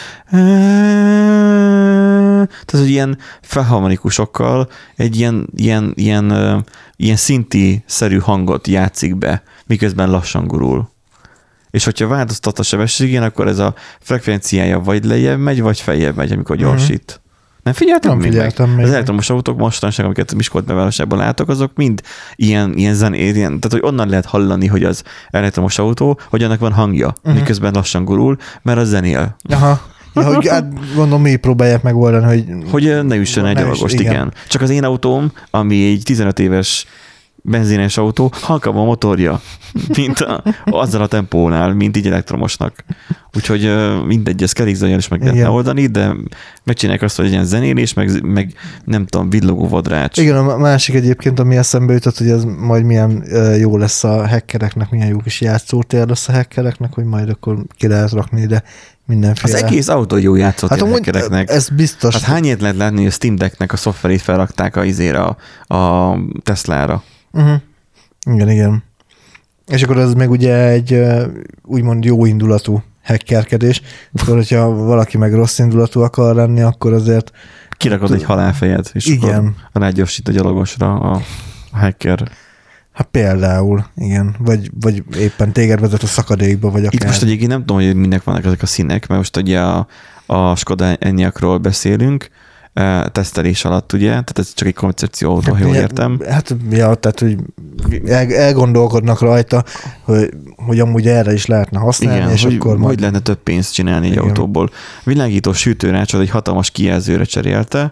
Speaker 1: tehát, hogy ilyen felharmonikusokkal egy ilyen, ilyen, ilyen, ilyen szinti-szerű hangot játszik be, miközben lassan gurul. És hogyha változtat a sebességén, akkor ez a frekvenciája vagy lejjebb megy, vagy feljebb megy, amikor gyorsít. Mm-hmm. Nem figyeltem,
Speaker 2: nem
Speaker 1: még
Speaker 2: figyeltem
Speaker 1: meg?
Speaker 2: még.
Speaker 1: Az elektromos autók mostanság, amiket Miskolc bevárosában látok, azok mind ilyen, ilyen zenét, ilyen, tehát hogy onnan lehet hallani, hogy az elektromos autó, hogy annak van hangja, uh-huh. miközben lassan gurul, mert az zenél.
Speaker 2: Aha. Ja, hogy hát gondolom, mi próbálják megoldani, hogy...
Speaker 1: Hogy ne üssön egy gyalogost, igen. igen. Csak az én autóm, ami egy tizenöt éves benzines autó, halkabb a motorja, mint a, azzal a tempónál, mint így elektromosnak. Úgyhogy mindegy, ez kerékzajjal is meg lehetne oldani, de megcsinálják azt, hogy legyen zenélés, meg, meg nem tudom, villogó vadrács.
Speaker 2: Igen, a másik egyébként, ami eszembe jutott, hogy ez majd milyen jó lesz a hackereknek, milyen jó kis játszótér lesz a hackereknek, hogy majd akkor ki lehet rakni ide mindenféle.
Speaker 1: Az egész autó jó játszótér hát, hackereknek.
Speaker 2: Ez biztos.
Speaker 1: Hát hány ilyet lehet látni, hogy a Steam Decknek a szoftverét felrakták a izére, a, a Teslára.
Speaker 2: Uh-huh. Igen, igen. És akkor ez meg ugye egy úgymond jó indulatú hackerkedés. Akkor, hogyha valaki meg rossz indulatú akar lenni, akkor azért...
Speaker 1: Kirakod egy halálfejet, és
Speaker 2: igen.
Speaker 1: akkor rágyorsít a gyalogosra a hacker.
Speaker 2: Hát például, igen. Vagy, vagy éppen téged vezet a szakadékba, vagy akár...
Speaker 1: Itt most egyébként nem tudom, hogy mindnek vannak ezek a színek, mert most ugye a, a Skoda Enyaqról beszélünk, tesztelés alatt, ugye? Tehát ez csak egy koncepció autó, ha jól értem.
Speaker 2: Hát, ja, tehát, hogy el, elgondolkodnak rajta, hogy, hogy amúgy erre is lehetne használni,
Speaker 1: igen,
Speaker 2: és
Speaker 1: hogy,
Speaker 2: akkor
Speaker 1: hogy
Speaker 2: majd...
Speaker 1: lehetne több pénzt csinálni egy igen. autóból. Világító sütőrácsot egy hatalmas kijelzőre cserélte,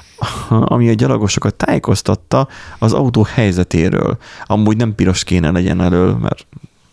Speaker 1: ami a gyalogosokat tájékoztatta az autó helyzetéről. Amúgy nem piros kéne legyen elől, mert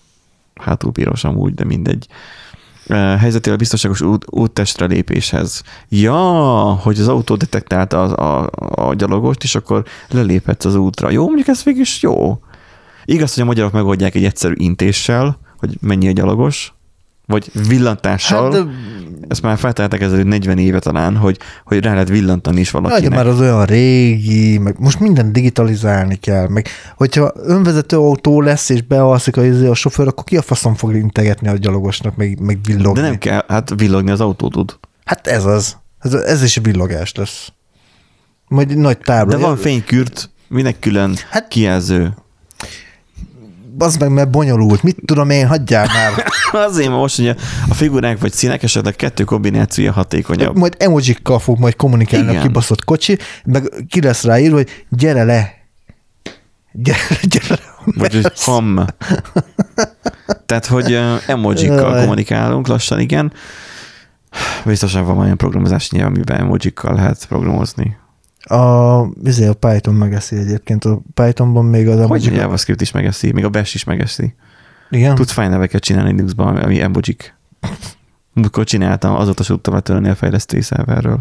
Speaker 1: hátul piros amúgy, de mindegy. Helyzetével biztonságos út, úttestre lépéshez. Ja, hogy az autó detektálta a, a, a gyalogost, és akkor leléphetsz az útra. Jó, mondjuk ez végig jó. Igaz, hogy a magyarok megoldják egy egyszerű intéssel, hogy mennyi a gyalogos, Vagy villantással. Hát, de... Ezt már felteltek ezelőtt negyven éve talán, hogy, hogy rá lehet villantani is valakinek.
Speaker 2: Ja, de már az olyan régi, meg most minden digitalizálni kell, meg hogyha önvezető autó lesz, és bealszik a, a sofőr, akkor ki a faszom fog integetni a gyalogosnak, meg, meg villogni.
Speaker 1: De nem kell, hát villogni az autó tud.
Speaker 2: Hát ez az. Ez, ez is villogás lesz. Majd nagy tábla.
Speaker 1: De van fénykürt, minek külön hát, kijelző.
Speaker 2: Az meg, mert bonyolult. Mit tudom én, hagyjál már.
Speaker 1: Azért most, hogy a figurák vagy színek esetleg kettő kombinációja hatékonyabb.
Speaker 2: Majd emojikkal fog majd kommunikálni a kibaszott kocsi, meg ki lesz ráírva, hogy gyere le. Gyere, gyere le.
Speaker 1: Vagy hogy ham. Tehát, hogy emojikkal kommunikálunk lassan, igen. Biztosan van olyan programozási nyelv, amiben emojikkal lehet programozni.
Speaker 2: A, izé a Python megeszi egyébként. A Pythonban még az...
Speaker 1: Hogy a JavaScript is megeszi, még a Bash is megeszi.
Speaker 2: Igen?
Speaker 1: Tudsz fájlneveket csinálni Linuxban, ami emojik. Múltkor csináltam, azóta se tudtam letölni a fejlesztői szerverről.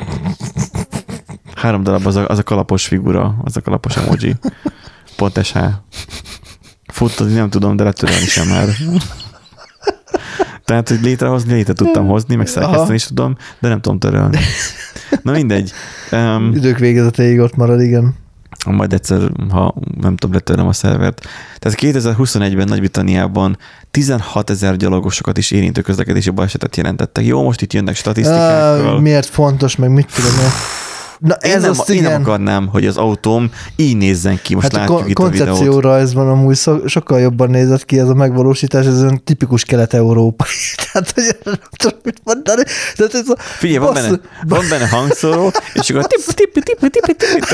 Speaker 1: Három darab az a, az a kalapos figura, az a kalapos emoji. Pont es há. Futtatni nem tudom, de letölni sem már. Tehát, hogy létrehozni, létre tudtam hozni, meg szerkeszteni is tudom, de nem tudom törölni. Na mindegy. Um,
Speaker 2: Idők végezetéig ott marad, igen.
Speaker 1: Majd egyszer, ha nem tudom, letörlöm a szervert. Tehát kétezer-huszonegyben Nagy-Britanniában tizenhatezer gyalogosokat is érintő közlekedési balesetet jelentettek. Jó, most itt jönnek statisztikákkal.
Speaker 2: Miért fontos, meg mit tudom én. Na ez
Speaker 1: én, nem,
Speaker 2: azt,
Speaker 1: én
Speaker 2: igen.
Speaker 1: nem akarnám, hogy az autóm így nézzen ki. Most hát látjuk a itt a videót.
Speaker 2: Koncepciórajzban amúgy sokkal jobban nézett ki ez a megvalósítás, ez olyan tipikus kelet-európai. Tehát, hogy nem tudom mit mondani. Tehát ez a
Speaker 1: Figyelj, van benne, van benne hangszóró, és akkor tipp, tipp, tipp, tipp,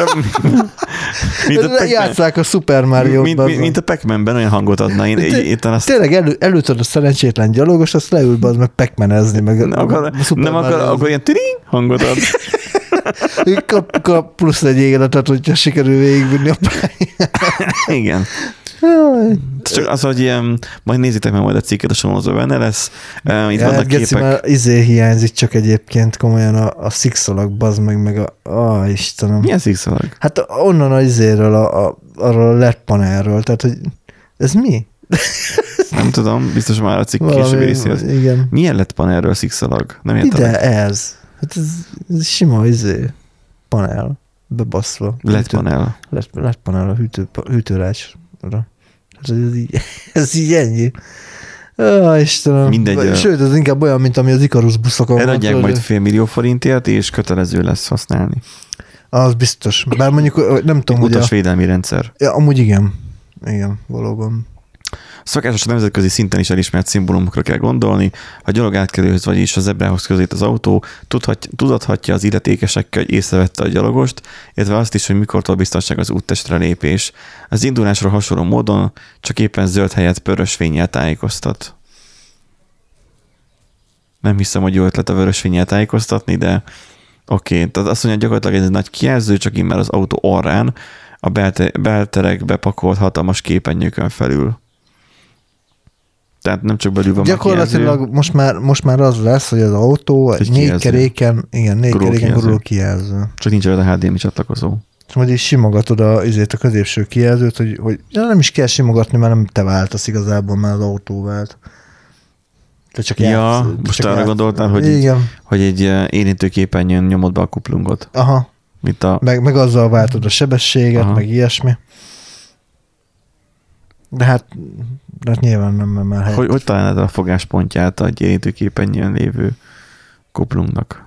Speaker 1: tipp,
Speaker 2: játsszák a Super Mario-ban.
Speaker 1: Mint, mint, mint a Pac-Man-ben olyan hangot adna. Én, Te, azt...
Speaker 2: Tényleg elő, előtted a szerencsétlen gyalogos, azt leül be az meg Pac-Man-ezni. Meg
Speaker 1: nem akar, nem akar, akkor ilyen tiring hangot ad.
Speaker 2: Kap, kap plusz egy égenetet, hogyha sikerül végigvinni a pályán.
Speaker 1: Igen. Csak az, hogy ilyen, majd nézzétek meg majd a cikket, a sonozó benne lesz. Itt
Speaker 2: ja,
Speaker 1: vannak
Speaker 2: Geci,
Speaker 1: képek.
Speaker 2: már izé hiányzik csak egyébként komolyan a, a szikszalag, bazd meg, meg a... Á, Istenem.
Speaker 1: Milyen szikszalag?
Speaker 2: Hát onnan az izéről, a, a, arról a led panelről, tehát, hogy ez mi?
Speaker 1: Nem tudom, biztos már a cikk későbbi részéhez.
Speaker 2: Igen.
Speaker 1: Milyen led panelről szikszalag? Nem értem.
Speaker 2: Ide ez. Hát ez, ez sima izé panel, bebaszva.
Speaker 1: L E D panel.
Speaker 2: L E D panel a hűtő, hűtőrácsra. Hát ez így, ez így ennyi. Ó, Istenem.
Speaker 1: Mindegy.
Speaker 2: Sőt, ez inkább olyan, mint ami az Ikarus buszokon van.
Speaker 1: Eladják majd fél millió forintért, és kötelező lesz használni.
Speaker 2: Az biztos. Bár mondjuk nem tudom, hogy a...
Speaker 1: Utasvédelmi rendszer.
Speaker 2: Ja, amúgy igen. Igen, valóban.
Speaker 1: Szokásos nemzetközi szinten is elismert szimbólumokra kell gondolni. Ha gyalogátkelőhöz, vagyis a zebrához közít az autó, tudhat, tudathatja az illetékesekkel, hogy észrevette a gyalogost, illetve azt is, hogy mikortól biztonság az úttestre lépés. Az indulásról hasonló módon csak éppen zöld helyett pörös fénnyel tájékoztat. Nem hiszem, hogy jó ötlet a vörös fénnyel tájékoztatni, de oké. Okay. Tehát azt mondja, gyakorlatilag ez egy nagy kijelző, csak immár az autó orrán, a belte- belterekbe pakolt hatalmas képernyőkön felül. Tehát nem csak belül van
Speaker 2: gyakorlatilag most már, most már az lesz, hogy az autó egy négy keréken, igen, négy
Speaker 1: gurul
Speaker 2: keréken gurul kijelző.
Speaker 1: Csak nincs rajta há dé em i csatlakozó.
Speaker 2: És majd is simogatod a, izét, a középső kijelzőt, hogy, hogy ja, nem is kell simogatni, mert nem te váltasz igazából, mert az autó vált. Te csak
Speaker 1: ja,
Speaker 2: játsz,
Speaker 1: most
Speaker 2: csak
Speaker 1: arra
Speaker 2: játsz.
Speaker 1: gondoltál, hogy egy, hogy egy érintőképernyőn nyomod be a kuplungot.
Speaker 2: Aha.
Speaker 1: Mint a...
Speaker 2: meg, meg azzal váltod a sebességet, aha, meg ilyesmi. De hát, de hát nyilván nem, mert már...
Speaker 1: Hogy, hogy találnád a fogáspontját egy érintőképernyőn lévő kuplungnak?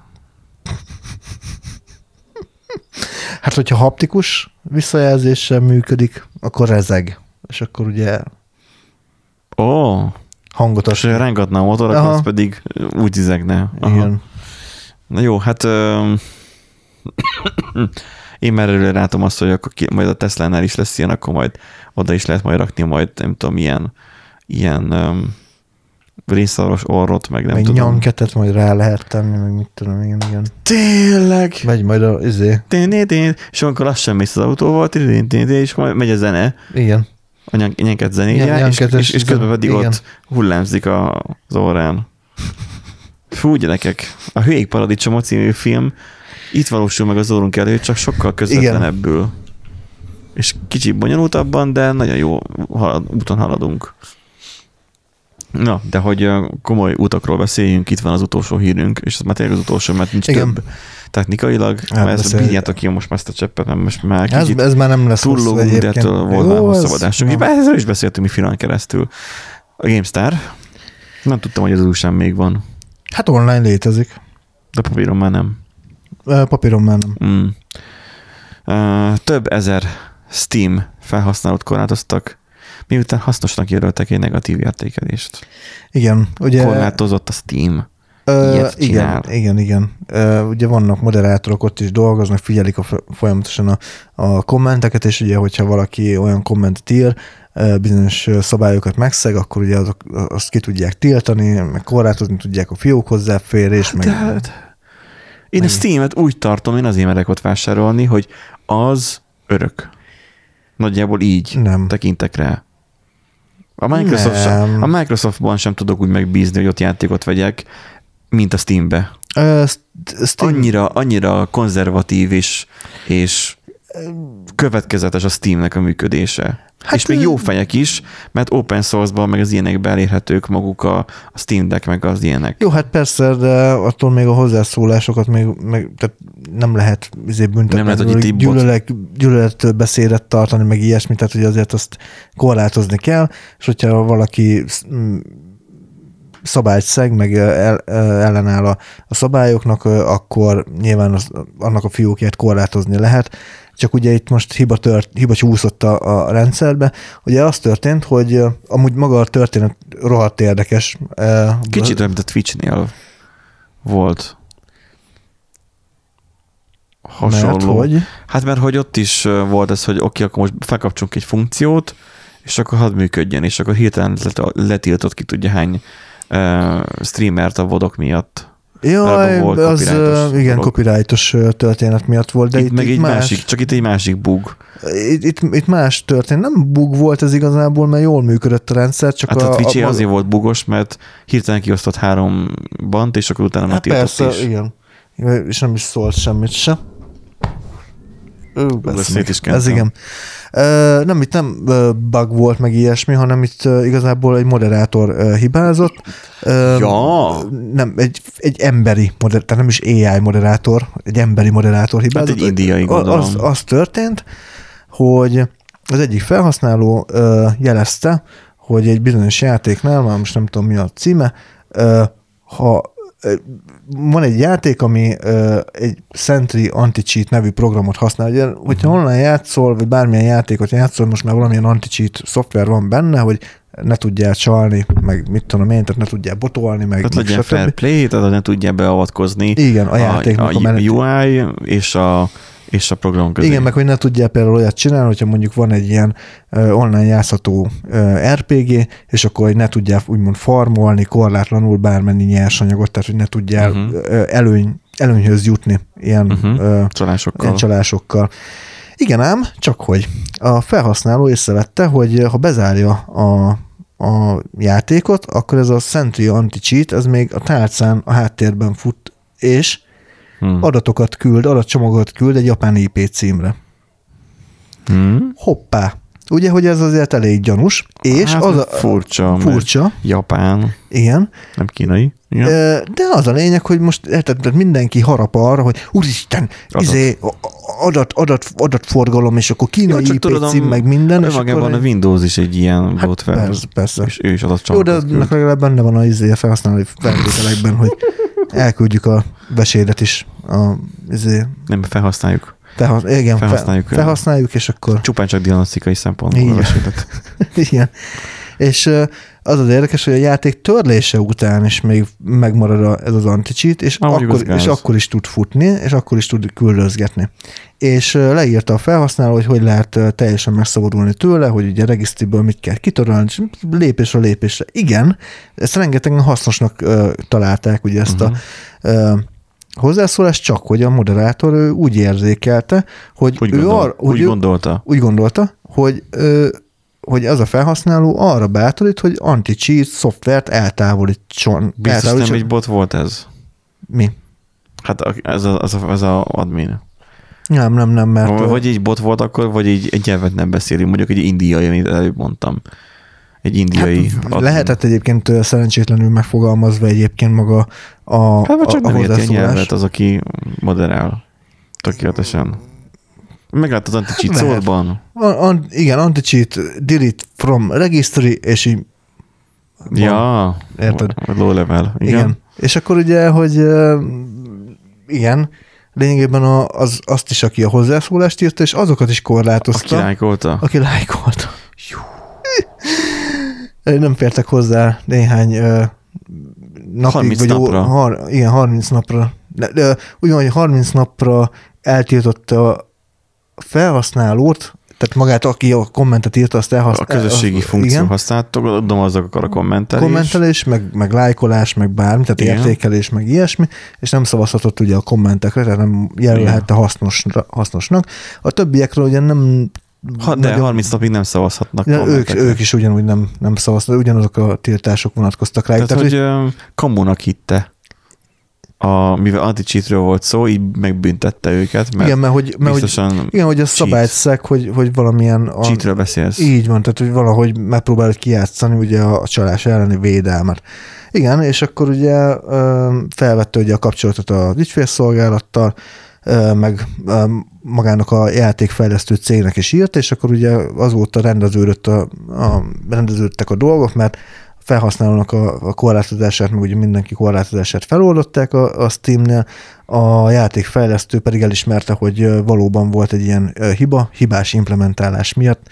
Speaker 2: Hát, hogyha haptikus visszajelzéssel működik, akkor rezeg. És akkor ugye
Speaker 1: Ó, oh,
Speaker 2: hangot
Speaker 1: és rángatna a motor, akkor az pedig úgy zizegne.
Speaker 2: Igen.
Speaker 1: Na jó, hát ö, én már előre látom azt, hogy akkor ki, majd a Teslánál is lesz ilyen, akkor majd oda is lehet majd rakni majd, nem tudom, ilyen, ilyen um, részszaros orrot, meg nem
Speaker 2: meg
Speaker 1: tudom.
Speaker 2: Meg nyanketet majd rá lehet tenni, meg mit tudom, igen, igen.
Speaker 1: Tényleg?
Speaker 2: Megy majd a izé.
Speaker 1: És akkor lassan mész az autóval, és majd megy a zene.
Speaker 2: Igen.
Speaker 1: A nyanket zenéje, és, és, és közben pedig igen, ott hullámzik az orrán. Fú, gyerekek, a Hülyék Paradicsoma című film itt valósul meg az órunk előtt, csak sokkal közvetlenebbül. Igen. És kicsit bonyolultabban, de nagyon jó halad, úton haladunk. Na, de hogy komoly utakról beszéljünk, itt van az utolsó hírünk, és ez már tényleg az utolsó, mert nincs Igen. több. Technikailag, hát mert ezt bírjátok ki most már ezt a cseppet, mert most már kicsit
Speaker 2: ez, ez már nem lesz
Speaker 1: túllógunk, de ettől volt szabadásunk. És ezzel is beszéltünk mi filmen keresztül. A GameStar. Nem tudtam, hogy az újság még van.
Speaker 2: Hát online létezik.
Speaker 1: De papíron már nem.
Speaker 2: Papíron már nem.
Speaker 1: Mm. Uh, több ezer Steam felhasználót korlátoztak, miután hasznosnak jelöltek egy negatív értékelést.
Speaker 2: Igen. Ugye,
Speaker 1: korlátozott a Steam.
Speaker 2: Uh, igen, igen, igen. Uh, ugye vannak moderátorok, ott is dolgoznak, figyelik a, folyamatosan a, a kommenteket, és ugye, hogyha valaki olyan kommentet ír, uh, bizonyos szabályokat megszeg, akkor ugye azok, azt ki tudják tiltani, meg korlátozni tudják a fiók hozzáférés. Meg,
Speaker 1: hát, én meg... a Steamet úgy tartom, én azért merek ott vásárolni, hogy az örök. Nagyjából így nem tekintek rá. A, Microsoft sem, a Microsoftban sem tudok úgy megbízni, hogy ott játékot vegyek, mint a Steambe. Uh, Steam. Annyira, annyira konzervatív és, és következetes a Steamnek a működése. Hát és még jó fejek is, mert open source-ban meg az ilyenekben elérhetők maguk a, a Steam Deck, meg az ilyenek.
Speaker 2: Jó, hát persze, de attól még a hozzászólásokat még, meg, tehát nem lehet büntetni, gyűlölet, gyűlöletbeszédet tartani, meg ilyesmit, tehát hogy azért azt korlátozni kell, és hogyha valaki szabályt szeg, meg el, ellenáll a, a szabályoknak, akkor nyilván az, annak a fiókját korlátozni lehet. Csak ugye itt most hiba, tört, hiba csúszott a, a rendszerbe. Ugye az történt, hogy amúgy maga a történet rohadt érdekes.
Speaker 1: Kicsit olyan, mint a Twitch-nél volt. Hasonló.
Speaker 2: Mert hogy?
Speaker 1: Hát mert hogy ott is volt ez, hogy oké, okay, akkor most felkapcsolunk egy funkciót, és akkor hadd működjen, és akkor hirtelen letiltott ki tudja hány uh, streamert a vodok miatt.
Speaker 2: Jaj, az igen, dolog. Copyrightos történet miatt volt, de
Speaker 1: itt,
Speaker 2: itt,
Speaker 1: meg
Speaker 2: itt
Speaker 1: egy
Speaker 2: más,
Speaker 1: másik, csak itt egy másik bug.
Speaker 2: Itt, itt, itt más történet. Nem bug volt ez igazából, mert jól működött a rendszer, csak
Speaker 1: hát
Speaker 2: a...
Speaker 1: a Twitch
Speaker 2: a,
Speaker 1: azért volt bugos, mert hirtelen kiosztott három bant, és akkor utána
Speaker 2: hát
Speaker 1: megtiltott is.
Speaker 2: igen. És nem is szólt semmit se. Ő,
Speaker 1: is
Speaker 2: ez igen. Uh, nem, itt nem uh, bug volt, meg ilyesmi, hanem itt uh, igazából egy moderátor uh, hibázott. Uh,
Speaker 1: ja.
Speaker 2: Nem, egy, egy emberi moderátor, tehát nem is á i moderátor, egy emberi moderátor hibázott.
Speaker 1: Hát egy indiai, gondolom.
Speaker 2: Az, az történt, hogy az egyik felhasználó uh, jelezte, hogy egy bizonyos játéknál, már most nem tudom mi a címe, uh, ha van egy játék, ami uh, egy Sentry Anti-Cheat nevű programot használ. Ugye, hogyha online játszol, vagy bármilyen játékot játszol, most már valamilyen anti-cheat szoftver van benne, hogy ne tudjál csalni, meg mit tudom én, tehát ne tudjál botolni, meg,
Speaker 1: tehát legyen fair play, tehát ne tudjál beavatkozni.
Speaker 2: Igen, a játéknak a,
Speaker 1: a, a u i és a és a program közé.
Speaker 2: Igen, meg hogy ne tudjál például olyat csinálni, hogyha mondjuk van egy ilyen uh, online játszható uh, er pé gé, és akkor hogy ne tudjál úgymond farmolni korlátlanul bármennyi nyersanyagot, tehát hogy ne tudjál uh-huh. uh, előny, előnyhöz jutni ilyen, uh-huh. uh,
Speaker 1: csalásokkal.
Speaker 2: ilyen csalásokkal. Igen ám, csak hogy a felhasználó észrevette, hogy ha bezárja a, a játékot, akkor ez a Sentry Anti-Cheat, ez még a tálcán a háttérben fut, és Hmm. adatokat küld, adatcsomagot küld egy japán i pé címre.
Speaker 1: Hmm.
Speaker 2: Hoppá! Ugye, hogy ez azért elég gyanús, és
Speaker 1: hát
Speaker 2: az a...
Speaker 1: Furcsa.
Speaker 2: Furcsa.
Speaker 1: Japán.
Speaker 2: Igen.
Speaker 1: Nem kínai. Igen.
Speaker 2: De az a lényeg, hogy most tehát mindenki harap arra, hogy úristen, adat. izé, adat, adat, adatforgalom, és akkor kínai i pé tudom, cím, meg minden. És
Speaker 1: magában
Speaker 2: akkor...
Speaker 1: a Windows is egy ilyen
Speaker 2: hát
Speaker 1: volt fel.
Speaker 2: Persze, persze.
Speaker 1: És ő is adatcsomagot
Speaker 2: Jó, de annak legalább benne van a, izé, a felhasználói feltételekben, hogy elküldjük a vesélet is. A, izé,
Speaker 1: nem, felhasználjuk.
Speaker 2: Felhasz, igen,
Speaker 1: felhasználjuk,
Speaker 2: fel, felhasználjuk, és akkor...
Speaker 1: Csupán csak diagnosztikai szempontból a vesélet.
Speaker 2: Igen. És az az érdekes, hogy a játék törlése után is még megmarad ez az anti-cheat, és, akkor, és akkor is tud futni, és akkor is tud küldözgetni. És leírta a felhasználó, hogy hogy lehet teljesen megszabadulni tőle, hogy ugye regisztriből mit kell kitörölni, lépésről lépésre. Igen, ezt rengetegen hasznosnak uh, találták, ugye ezt uh-huh. a uh, hozzászólás, csak hogy a moderátor ő úgy érzékelte, hogy
Speaker 1: úgy,
Speaker 2: ő
Speaker 1: gondol,
Speaker 2: ar,
Speaker 1: úgy
Speaker 2: ő,
Speaker 1: gondolta,
Speaker 2: úgy gondolta, hogy, ö, hogy az a felhasználó arra bátorít, hogy anti-cheat szoftvert eltávolítson.
Speaker 1: Biztos
Speaker 2: eltávolítson.
Speaker 1: nem egy bot volt ez?
Speaker 2: Mi?
Speaker 1: Hát ez a, az a, az a admin.
Speaker 2: Nem, nem, nem, mert...
Speaker 1: Vagy egy bot volt akkor, vagy egy, egy nyelvet nem beszélünk, mondjuk egy indiai, amit előbb mondtam. egy indiai.
Speaker 2: Hát, lehetett egyébként szerencsétlenül megfogalmazva egyébként maga a,
Speaker 1: hát, vagy csak
Speaker 2: a, a
Speaker 1: nem érti a
Speaker 2: hozzászólás.
Speaker 1: nyelvet az, aki moderál. Tökéletesen. Meglát az anti-cheat szóban.
Speaker 2: An, igen, anti-cheat, delete from registry, és így
Speaker 1: ja,
Speaker 2: érted?
Speaker 1: Low level. Igen.
Speaker 2: igen. És akkor ugye, hogy igen, lényegében a, az, azt is, aki a hozzászólást írta, és azokat is korlátozta.
Speaker 1: Aki lájkolta?
Speaker 2: Aki lájkolta. Nem fértek hozzá néhány uh, napig,
Speaker 1: harminc
Speaker 2: vagy
Speaker 1: napra.
Speaker 2: Ó, har, igen, harminc napra. De, de, ugyan, hogy harminc napra eltiltotta a felhasználót, tehát magát, aki a kommentet írta, azt elhasználta.
Speaker 1: A közösségi funkció használtok, adom azok a kommentelés.
Speaker 2: Kommentelés, meg, meg lájkolás, meg bármi, tehát igen. Értékelés, meg ilyesmi, és nem szavazhatott ugye a kommentekre, tehát nem jelölhette hasznos, hasznosnak. A többiekről ugye nem...
Speaker 1: Ha, de nagyon, harminc napig nem szavazhatnak.
Speaker 2: Ők, ők is ugyanúgy nem, nem szavaztak, ugyanazok a tiltások vonatkoztak rájuk.
Speaker 1: Tehát, tehát hogy, hogy kamunak hitte. A, mivel anti-cheatről volt szó, így megbüntette őket, mert,
Speaker 2: igen, mert hogy, mert hogy, igen, hogy a szabályszeg, hogy, hogy valamilyen... A,
Speaker 1: cheatről beszélsz.
Speaker 2: Így van, tehát hogy valahogy megpróbálod kijátszani ugye a csalás elleni védelmet. Igen, és akkor ugye felvette ugye a kapcsolatot az ügyfélszolgálattal, meg magának a játékfejlesztő cégnek is írt, és akkor ugye azóta rendeződött a, a, rendeződtek a dolgok, mert felhasználónak a, a korlátozását, meg ugye mindenki korlátozását feloldották a, a Steamnél, a játékfejlesztő pedig elismerte, hogy valóban volt egy ilyen hiba, hibás implementálás miatt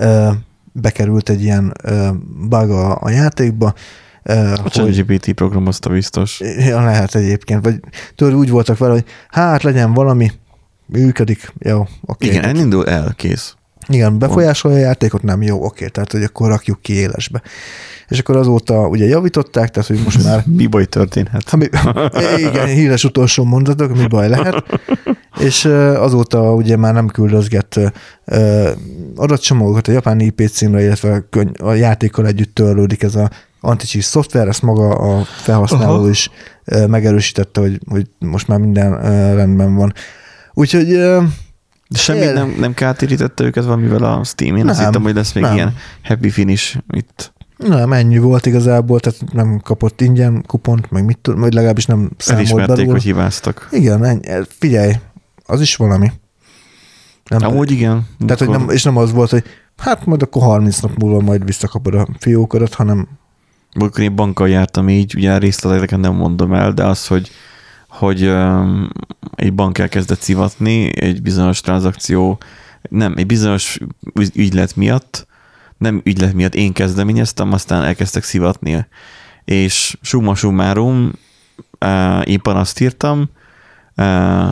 Speaker 2: bekerült egy ilyen bug a, a játékba.
Speaker 1: A ChatGPT programozta biztos.
Speaker 2: Ja, lehet egyébként, vagy tőle úgy voltak vele, hogy hát legyen valami, működik, jó, oké. Okay.
Speaker 1: Igen, elindul el, kész.
Speaker 2: Igen, befolyásolja a játékot, nem jó, oké, tehát hogy akkor rakjuk ki élesbe. És akkor azóta ugye javították, tehát hogy most már...
Speaker 1: mi baj történhet?
Speaker 2: Mi, igen, híres utolsó mondatok, mi baj lehet. És azóta ugye már nem küldözget adatcsomagokat a japán I P címre, illetve a játékkal együtt törlődik ez a anti-cheat szoftver, ezt maga a felhasználó Aha. is megerősítette, hogy, hogy most már minden rendben van. Úgyhogy...
Speaker 1: De semmit el... nem, nem kártérítette őket valamivel a Steam. Én nem, azt hittem, hogy lesz még nem. ilyen happy finish itt.
Speaker 2: Nem, ennyi volt igazából, tehát nem kapott ingyen kupont, meg mit tudom, vagy legalábbis nem számolt belőle.
Speaker 1: Elismerték, hogy hibáztak.
Speaker 2: Igen, ennyi. Figyelj, az is valami.
Speaker 1: Nem, Amúgy igen.
Speaker 2: Tehát, akkor... hogy nem, és nem az volt, hogy hát majd akkor harminc nap múlva majd visszakapod a fiókodat, hanem...
Speaker 1: Akkor én bankkal jártam így, ugye részleteket nem mondom el, de az, hogy hogy um, egy bank elkezdett szivatni egy bizonyos tranzakció, nem, egy bizonyos ügylet miatt, nem ügylet miatt én kezdeményeztem, aztán elkezdtek szivatni. És summa summarum, uh, én panaszt írtam, uh,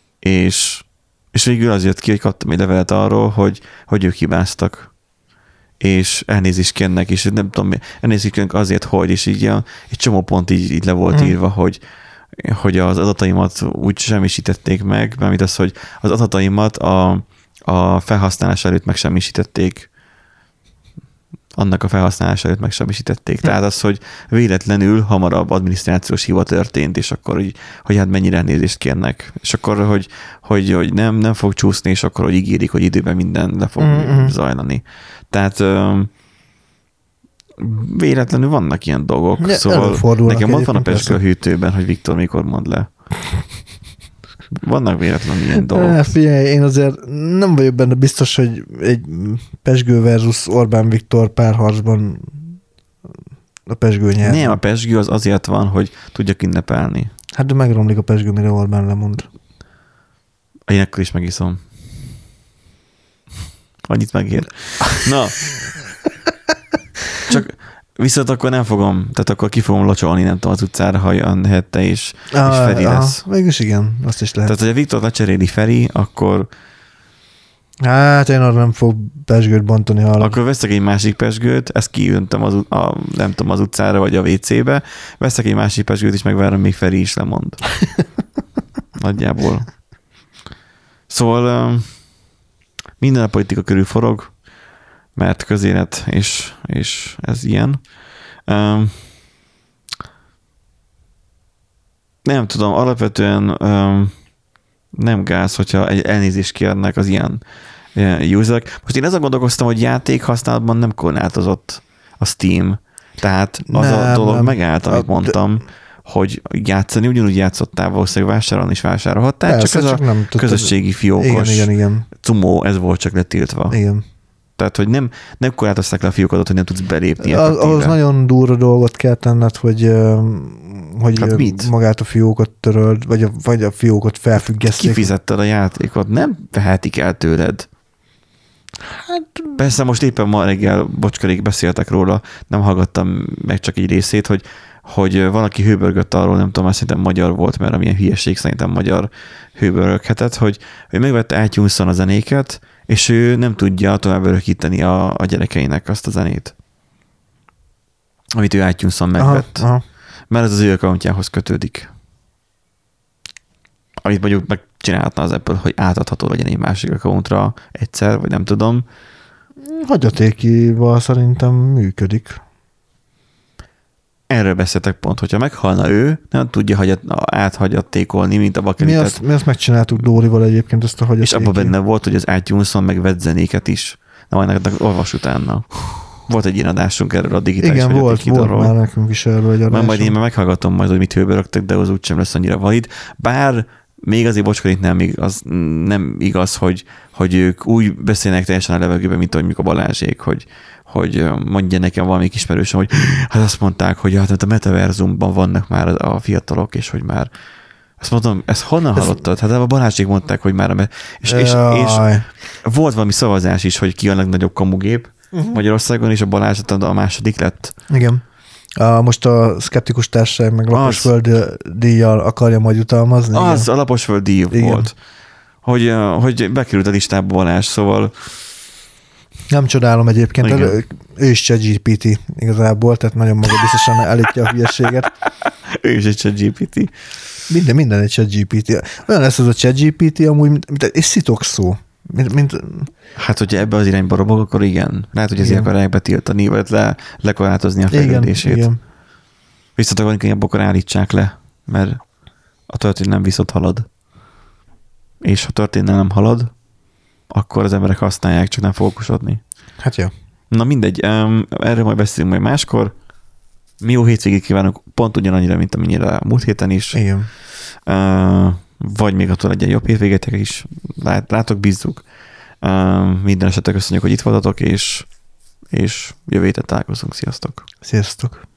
Speaker 1: és, és végül az jött ki, hogy kaptam egy levelet arról, hogy, hogy ők hibáztak. És elnézést kérnek, és nem tudom, elnézést kérnek azért, hogy, és így a, egy csomó pont így, így le volt hmm. írva, hogy hogy az adataimat úgy semmisítették meg, mármint az, hogy az adataimat a, a felhasználás előtt megsemmisítették. Annak a felhasználás előtt megsemmisítették. Tehát az, hogy véletlenül hamarabb adminisztrációs hiba történt, és akkor, hogy, hogy hát mennyire elnézést kérnek. És akkor, hogy, hogy, hogy nem, nem fog csúszni, és akkor, hogy ígérik, hogy időben minden le fog mm-hmm. zajlani. Tehát véletlenül vannak ilyen dolgok, ja, szóval nekem ott van a Pezsgő a hűtőben, hogy Viktor mikor mond le. Vannak véletlenül ilyen dolgok.
Speaker 2: Hát figyelj, én azért nem vagyok benne biztos, hogy egy Pezsgő versus Orbán Viktor párharcban a Pezsgő nyer.
Speaker 1: Nem, a Pezsgő az azért van, hogy tudjak ünnepelni.
Speaker 2: Hát de megromlik a Pezsgő, mire Orbán lemond.
Speaker 1: Én akkor is megiszom. Annyit megér. Na, csak viszont akkor nem fogom, tehát akkor ki fogom locsolni, nem tudom, az utcára, ha jön helyette, és, ah, és Feri aha, lesz.
Speaker 2: Mégis igen, azt is lehet.
Speaker 1: Tehát, hogyha Viktor lecseréli Feri, akkor...
Speaker 2: Hát én arra nem fog Pezsgőt bontani. Arra.
Speaker 1: Akkor veszek egy másik Pezsgőt, ezt kijöntem az, a, nem tudom, az utcára, vagy a vé cébe, veszek egy másik Pezsgőt, és megvárom, még Feri is lemond. Nagyjából. Szóval minden a politika körül forog, mert közélet, és, és ez ilyen. Um, nem tudom, alapvetően um, nem gáz, hogyha egy elnézést kérnek az ilyen, ilyen userek. Most én ezzel gondolkoztam, hogy játék használatban nem korlátozott a Steam. Tehát az nem, a dolog nem. megállt, amit a, mondtam, de... hogy játszani ugyanúgy játszottál, valószínűleg vásárolni is vásárolhattál, Persze, csak ez csak a nem közösségi fiókos igen, igen, igen. cumó, ez volt csak letiltva.
Speaker 2: Igen.
Speaker 1: Tehát, hogy nem, nem korlátozták le a fiókodat, hogy nem tudsz belépni.
Speaker 2: Az, ahhoz nagyon durva dolgot kell tenned, hogy, hogy hát magát a fiókot töröld, vagy a, vagy a fiókot felfüggeszték.
Speaker 1: Kifizetted a játékot, nem vehetik el tőled. Hát, persze most éppen ma reggel Bocskarék beszéltek róla, nem hallgattam meg csak egy részét, hogy, hogy valaki hőbörgött arról, nem tudom, azt szerintem magyar volt, mert amilyen hülyeség szerintem magyar hőböröghetett, hogy, hogy megvette iTunes-on a zenéket, és ő nem tudja tovább örökíteni a, a gyerekeinek azt a zenét, amit ő iTunes-on megvett. Aha, aha. Mert ez az ő accountjához kötődik. Amit mondjuk megcsinálhatna az Apple, hogy átadható legyen egy másik accountra egyszer, vagy nem tudom.
Speaker 2: Hagyatékival szerintem működik.
Speaker 1: Erről beszéltek pont, hogyha meghalna ő, nem tudja hagyat, áthagyatékolni, mint a bakelitet.
Speaker 2: Mi azt, mi azt megcsináltuk Dórival egyébként, ezt a hagyatéki.
Speaker 1: És abban benne volt, hogy az iTunes-on megvett zenéket is. Na majd neked olvas utána. Volt egy ilyen adásunk erről a digitális
Speaker 2: igen, volt, volt már nekünk is erről egy adásunk.
Speaker 1: Majd én már meghallgatom majd, hogy mit hőbörögtek, de az úgysem lesz annyira valid. Bár még azért Bocskarit nem igaz, nem igaz hogy, hogy ők úgy beszélnek teljesen a levegőben, mint hogy a Balázsék, hogy, hogy mondja nekem valamelyik ismerősöm, hogy hát azt mondták, hogy hát a metaverzumban vannak már a fiatalok, és hogy már azt mondom, ezt honnan ez... hallottad? Hát a Balázsék mondták, hogy már a és, és, és volt valami szavazás is, hogy ki a legnagyobb kamugép uh-huh. Magyarországon, és a Balázs a második lett.
Speaker 2: Igen. A, most a Szkeptikus Társaság meg Laposföld díjjal akarja majd jutalmazni.
Speaker 1: Az,
Speaker 2: igen.
Speaker 1: A Laposföld díj igen. volt. Hogy, hogy bekerült a listába Balázs, szóval
Speaker 2: nem csodálom egyébként, ő, ő is ChatGPT igazából, tehát nagyon magabiztosan állítja a hülyeséget.
Speaker 1: Ő is egy ChatGPT.
Speaker 2: Minden, minden egy ChatGPT. Olyan lesz az a ChatGPT amúgy, mint, mint egy szitokszó. Mint, mint...
Speaker 1: Hát, hogyha ebbe az irányba robog, akkor igen. Lehet, hogy ezért akarják betiltani, vagy le, lekorlátozni a fejlődését. Igen, igen. Viszont akkor inkább akkor állítsák le, mert a történelem viszont halad. És ha történelem halad, akkor az emberek használják, csak nem fókusodni.
Speaker 2: Hát jó.
Speaker 1: Na mindegy, um, erről majd beszélünk majd máskor. Mi jó hétvégét kívánok, pont ugyanannyira, mint amennyire a múlt héten is.
Speaker 2: Igen.
Speaker 1: Uh, vagy még attól legyen jobb hétvégétek is. Lát, látok, bízzuk. Uh, minden esetre köszönjük, hogy itt voltatok, és, és jövő héten találkozunk. Sziasztok!
Speaker 2: Sziasztok!